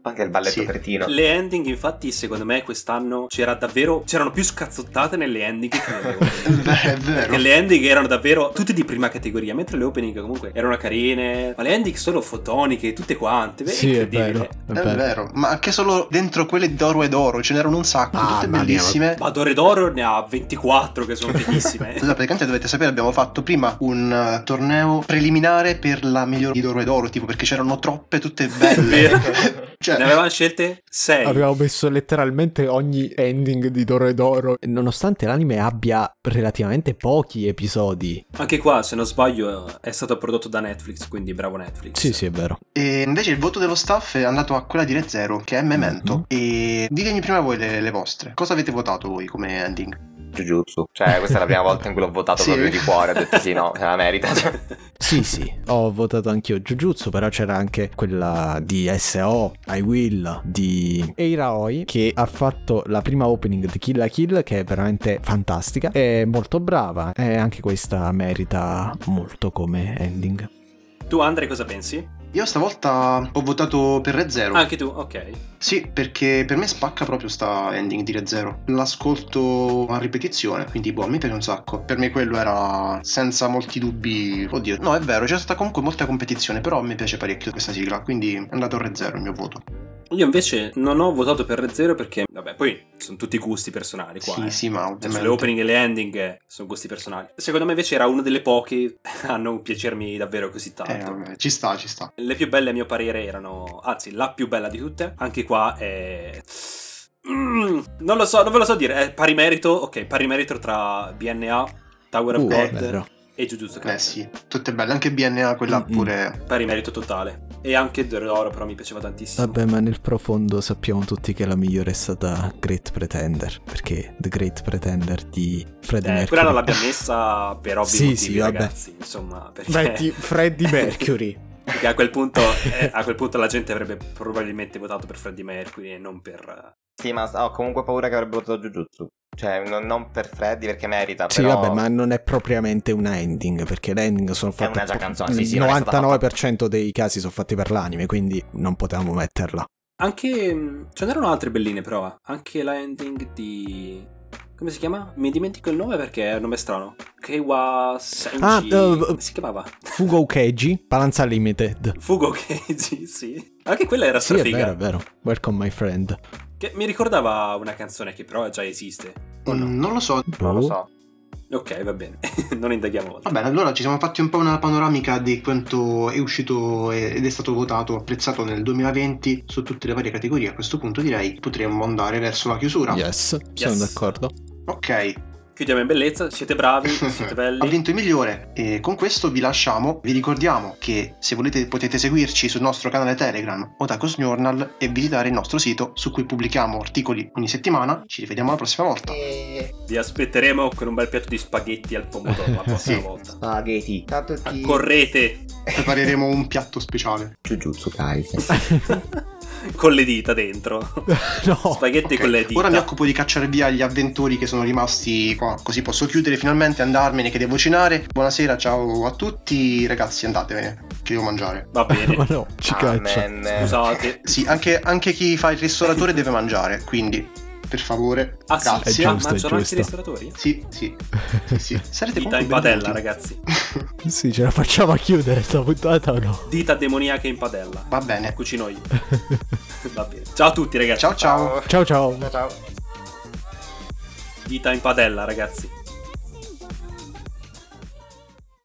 Speaker 2: Anche il balletto
Speaker 1: Sì.
Speaker 2: cretino.
Speaker 3: Le ending, infatti, secondo me quest'anno c'era davvero. C'erano più scazzottate nelle ending che nelle opening.
Speaker 1: Beh, è vero.
Speaker 3: Perché le ending erano davvero tutte di prima categoria, mentre le opening comunque erano carine. Ma le ending solo fotoniche, tutte quante. Beh,
Speaker 4: Sì, è
Speaker 3: incredibile.
Speaker 4: vero.
Speaker 1: È vero, ma anche solo dentro quelle d'oro ed oro ce n'erano un sacco,
Speaker 4: Ah,
Speaker 1: tutte
Speaker 4: mamma mia,
Speaker 1: bellissime.
Speaker 3: Ma Dore d'Oro ne ha ventiquattro che sono fighissime.
Speaker 1: Esatto, praticamente dovete sapere, abbiamo fatto prima un uh, torneo preliminare per la migliore di d'oro ed oro, tipo perché c'erano troppe, tutte belle. Cioè,
Speaker 3: Ne avevamo scelte sei.
Speaker 4: Abbiamo messo letteralmente ogni ending di Doro e Doro. E nonostante l'anime abbia relativamente pochi episodi.
Speaker 3: Anche qua, se non sbaglio, è stato prodotto da Netflix, quindi bravo Netflix.
Speaker 4: Sì, sì, è vero.
Speaker 1: e invece il voto dello staff è andato a quella di Re:Zero, che è Memento.
Speaker 4: Mhm.
Speaker 1: E ditemi prima voi le, le vostre. Cosa avete votato voi come ending?
Speaker 2: Jujutsu. Cioè, questa è la prima volta in cui l'ho votato
Speaker 1: Sì.
Speaker 2: proprio di cuore. Ho detto sì, no, se la merita. Cioè.
Speaker 4: Sì, sì, ho votato anch'io Jujutsu, però c'era anche quella di S O, I Will, di Eira Oi, che ha fatto la prima opening di Kill la Kill, che è veramente fantastica, è molto brava, e anche questa merita molto come ending.
Speaker 3: Tu, Andre, cosa pensi?
Speaker 1: Io stavolta ho votato per Re:Zero.
Speaker 3: Anche tu, ok.
Speaker 1: Sì, perché per me spacca proprio sta ending di Re:Zero. L'ascolto a ripetizione, quindi boh, mi piace un sacco. Per me quello era senza molti dubbi. Oddio, no, è vero, c'è stata comunque molta competizione, però mi piace parecchio questa sigla, quindi è andato a Re:Zero il mio voto.
Speaker 3: Io invece non ho votato per Re:Zero perché, vabbè, poi sono tutti gusti personali qua.
Speaker 1: Sì,
Speaker 3: eh.
Speaker 1: sì, ma
Speaker 3: Cioè,
Speaker 1: ovviamente.
Speaker 3: sulle opening e le ending eh, sono gusti personali. Secondo me invece era una delle poche a non piacermi davvero così
Speaker 1: Eh,
Speaker 3: tanto.
Speaker 1: vabbè, ci sta, ci sta.
Speaker 3: Le più belle a mio parere erano, anzi la più bella di tutte, anche qua è... Mm, non lo so, non ve lo so dire, è pari merito, ok, pari merito tra B N A, Tower of
Speaker 4: Uh,
Speaker 3: God
Speaker 4: vero.
Speaker 3: e Jujutsu
Speaker 1: Eh
Speaker 3: Kaisen.
Speaker 1: sì, tutte belle, anche B N A quella
Speaker 4: Mm-mm.
Speaker 1: pure.
Speaker 3: Pari merito totale. E anche Dororo però mi piaceva tantissimo.
Speaker 4: Vabbè, ma nel profondo sappiamo tutti che la migliore è stata Great Pretender, perché The Great Pretender di Freddie
Speaker 3: Eh,
Speaker 4: Mercury.
Speaker 3: quella non l'abbiamo messa per ovvi
Speaker 4: Sì,
Speaker 3: motivi,
Speaker 4: sì, vabbè.
Speaker 3: ragazzi, insomma, perché...
Speaker 4: Freddie, Freddie Mercury.
Speaker 3: Perché a quel punto eh, a quel punto la gente avrebbe probabilmente votato per Freddie Mercury e non per...
Speaker 2: Sì, ma ho comunque paura che avrebbe votato Jujutsu. Cioè, non, non per Freddy perché merita,
Speaker 4: Sì,
Speaker 2: però...
Speaker 4: vabbè, ma non è propriamente una ending, perché le ending sono fatte...
Speaker 2: una già canzone, sì, sì,
Speaker 4: il
Speaker 2: non è stata
Speaker 4: novantanove per cento dei casi sono fatti per l'anime, quindi non potevamo metterla.
Speaker 3: Anche... mh, ce n'erano altre belline però, anche la ending di... Come si chiama? Mi dimentico il nome perché è un nome strano. Keiwa Senji...
Speaker 4: Ah, uh,
Speaker 3: come si chiamava?
Speaker 4: Fugo Ukeji, Balanza Limited.
Speaker 3: Fugo Keiji, sì. Anche quella era
Speaker 4: Sì, è
Speaker 3: strafiga.
Speaker 4: vero, è vero. Welcome my friend.
Speaker 3: Che mi ricordava una canzone che però già esiste. O no?
Speaker 1: Mm, non lo so.
Speaker 2: Non lo
Speaker 4: Boh.
Speaker 2: so.
Speaker 3: Ok, va bene. Non indaghiamo oltre.
Speaker 1: Va bene, allora ci siamo fatti un po' una panoramica di quanto è uscito ed è stato votato, apprezzato nel duemilaventi su tutte le varie categorie. A questo punto direi potremmo andare verso la chiusura.
Speaker 4: Yes, sono
Speaker 3: Yes.
Speaker 4: d'accordo.
Speaker 1: Ok,
Speaker 3: Chiudiamo in bellezza, siete bravi, siete
Speaker 1: ha
Speaker 3: belli.
Speaker 1: vinto il migliore e con questo vi lasciamo. Vi ricordiamo che se volete potete seguirci sul nostro canale Telegram Otakus Journal e visitare il nostro sito su cui pubblichiamo articoli ogni settimana. Ci rivediamo la prossima volta.
Speaker 3: Vi aspetteremo con un bel piatto di spaghetti al pomodoro la prossima
Speaker 1: Sì.
Speaker 3: volta.
Speaker 2: Spaghetti. Ciao a tutti.
Speaker 3: Correte
Speaker 1: Prepareremo un piatto speciale.
Speaker 2: Jujutsu Kaisen.
Speaker 3: con le dita dentro.
Speaker 4: No.
Speaker 3: Spaghetti
Speaker 1: Ok,
Speaker 3: con le dita.
Speaker 1: ora mi occupo di cacciare via gli avventori che sono rimasti qua, così posso chiudere finalmente, andarmene che devo cenare. Buonasera, ciao a tutti ragazzi, andatevene che devo mangiare.
Speaker 3: Va bene.
Speaker 4: Ma no, ci caccia.
Speaker 2: Amen.
Speaker 3: Scusate.
Speaker 1: Sì, anche, anche chi fa il ristoratore deve mangiare, quindi per favore,
Speaker 3: Ah sì,
Speaker 1: grazie.
Speaker 4: È
Speaker 3: ah,
Speaker 4: giusto, è
Speaker 3: mangiano anche i
Speaker 4: giusto.
Speaker 3: ristoratori?
Speaker 1: Sì, sì, sì, sì. Sarete
Speaker 3: Dita in
Speaker 1: comunque
Speaker 3: padella,
Speaker 1: benvenuti.
Speaker 3: ragazzi.
Speaker 4: Sì, ce la facciamo a chiudere sta puntata o no?
Speaker 3: Dita demoniache in padella.
Speaker 1: Va bene.
Speaker 3: Cucino io. Va bene. Ciao a tutti, ragazzi.
Speaker 1: Ciao ciao.
Speaker 4: Ciao ciao.
Speaker 2: Ciao ciao.
Speaker 3: Dita in padella, ragazzi.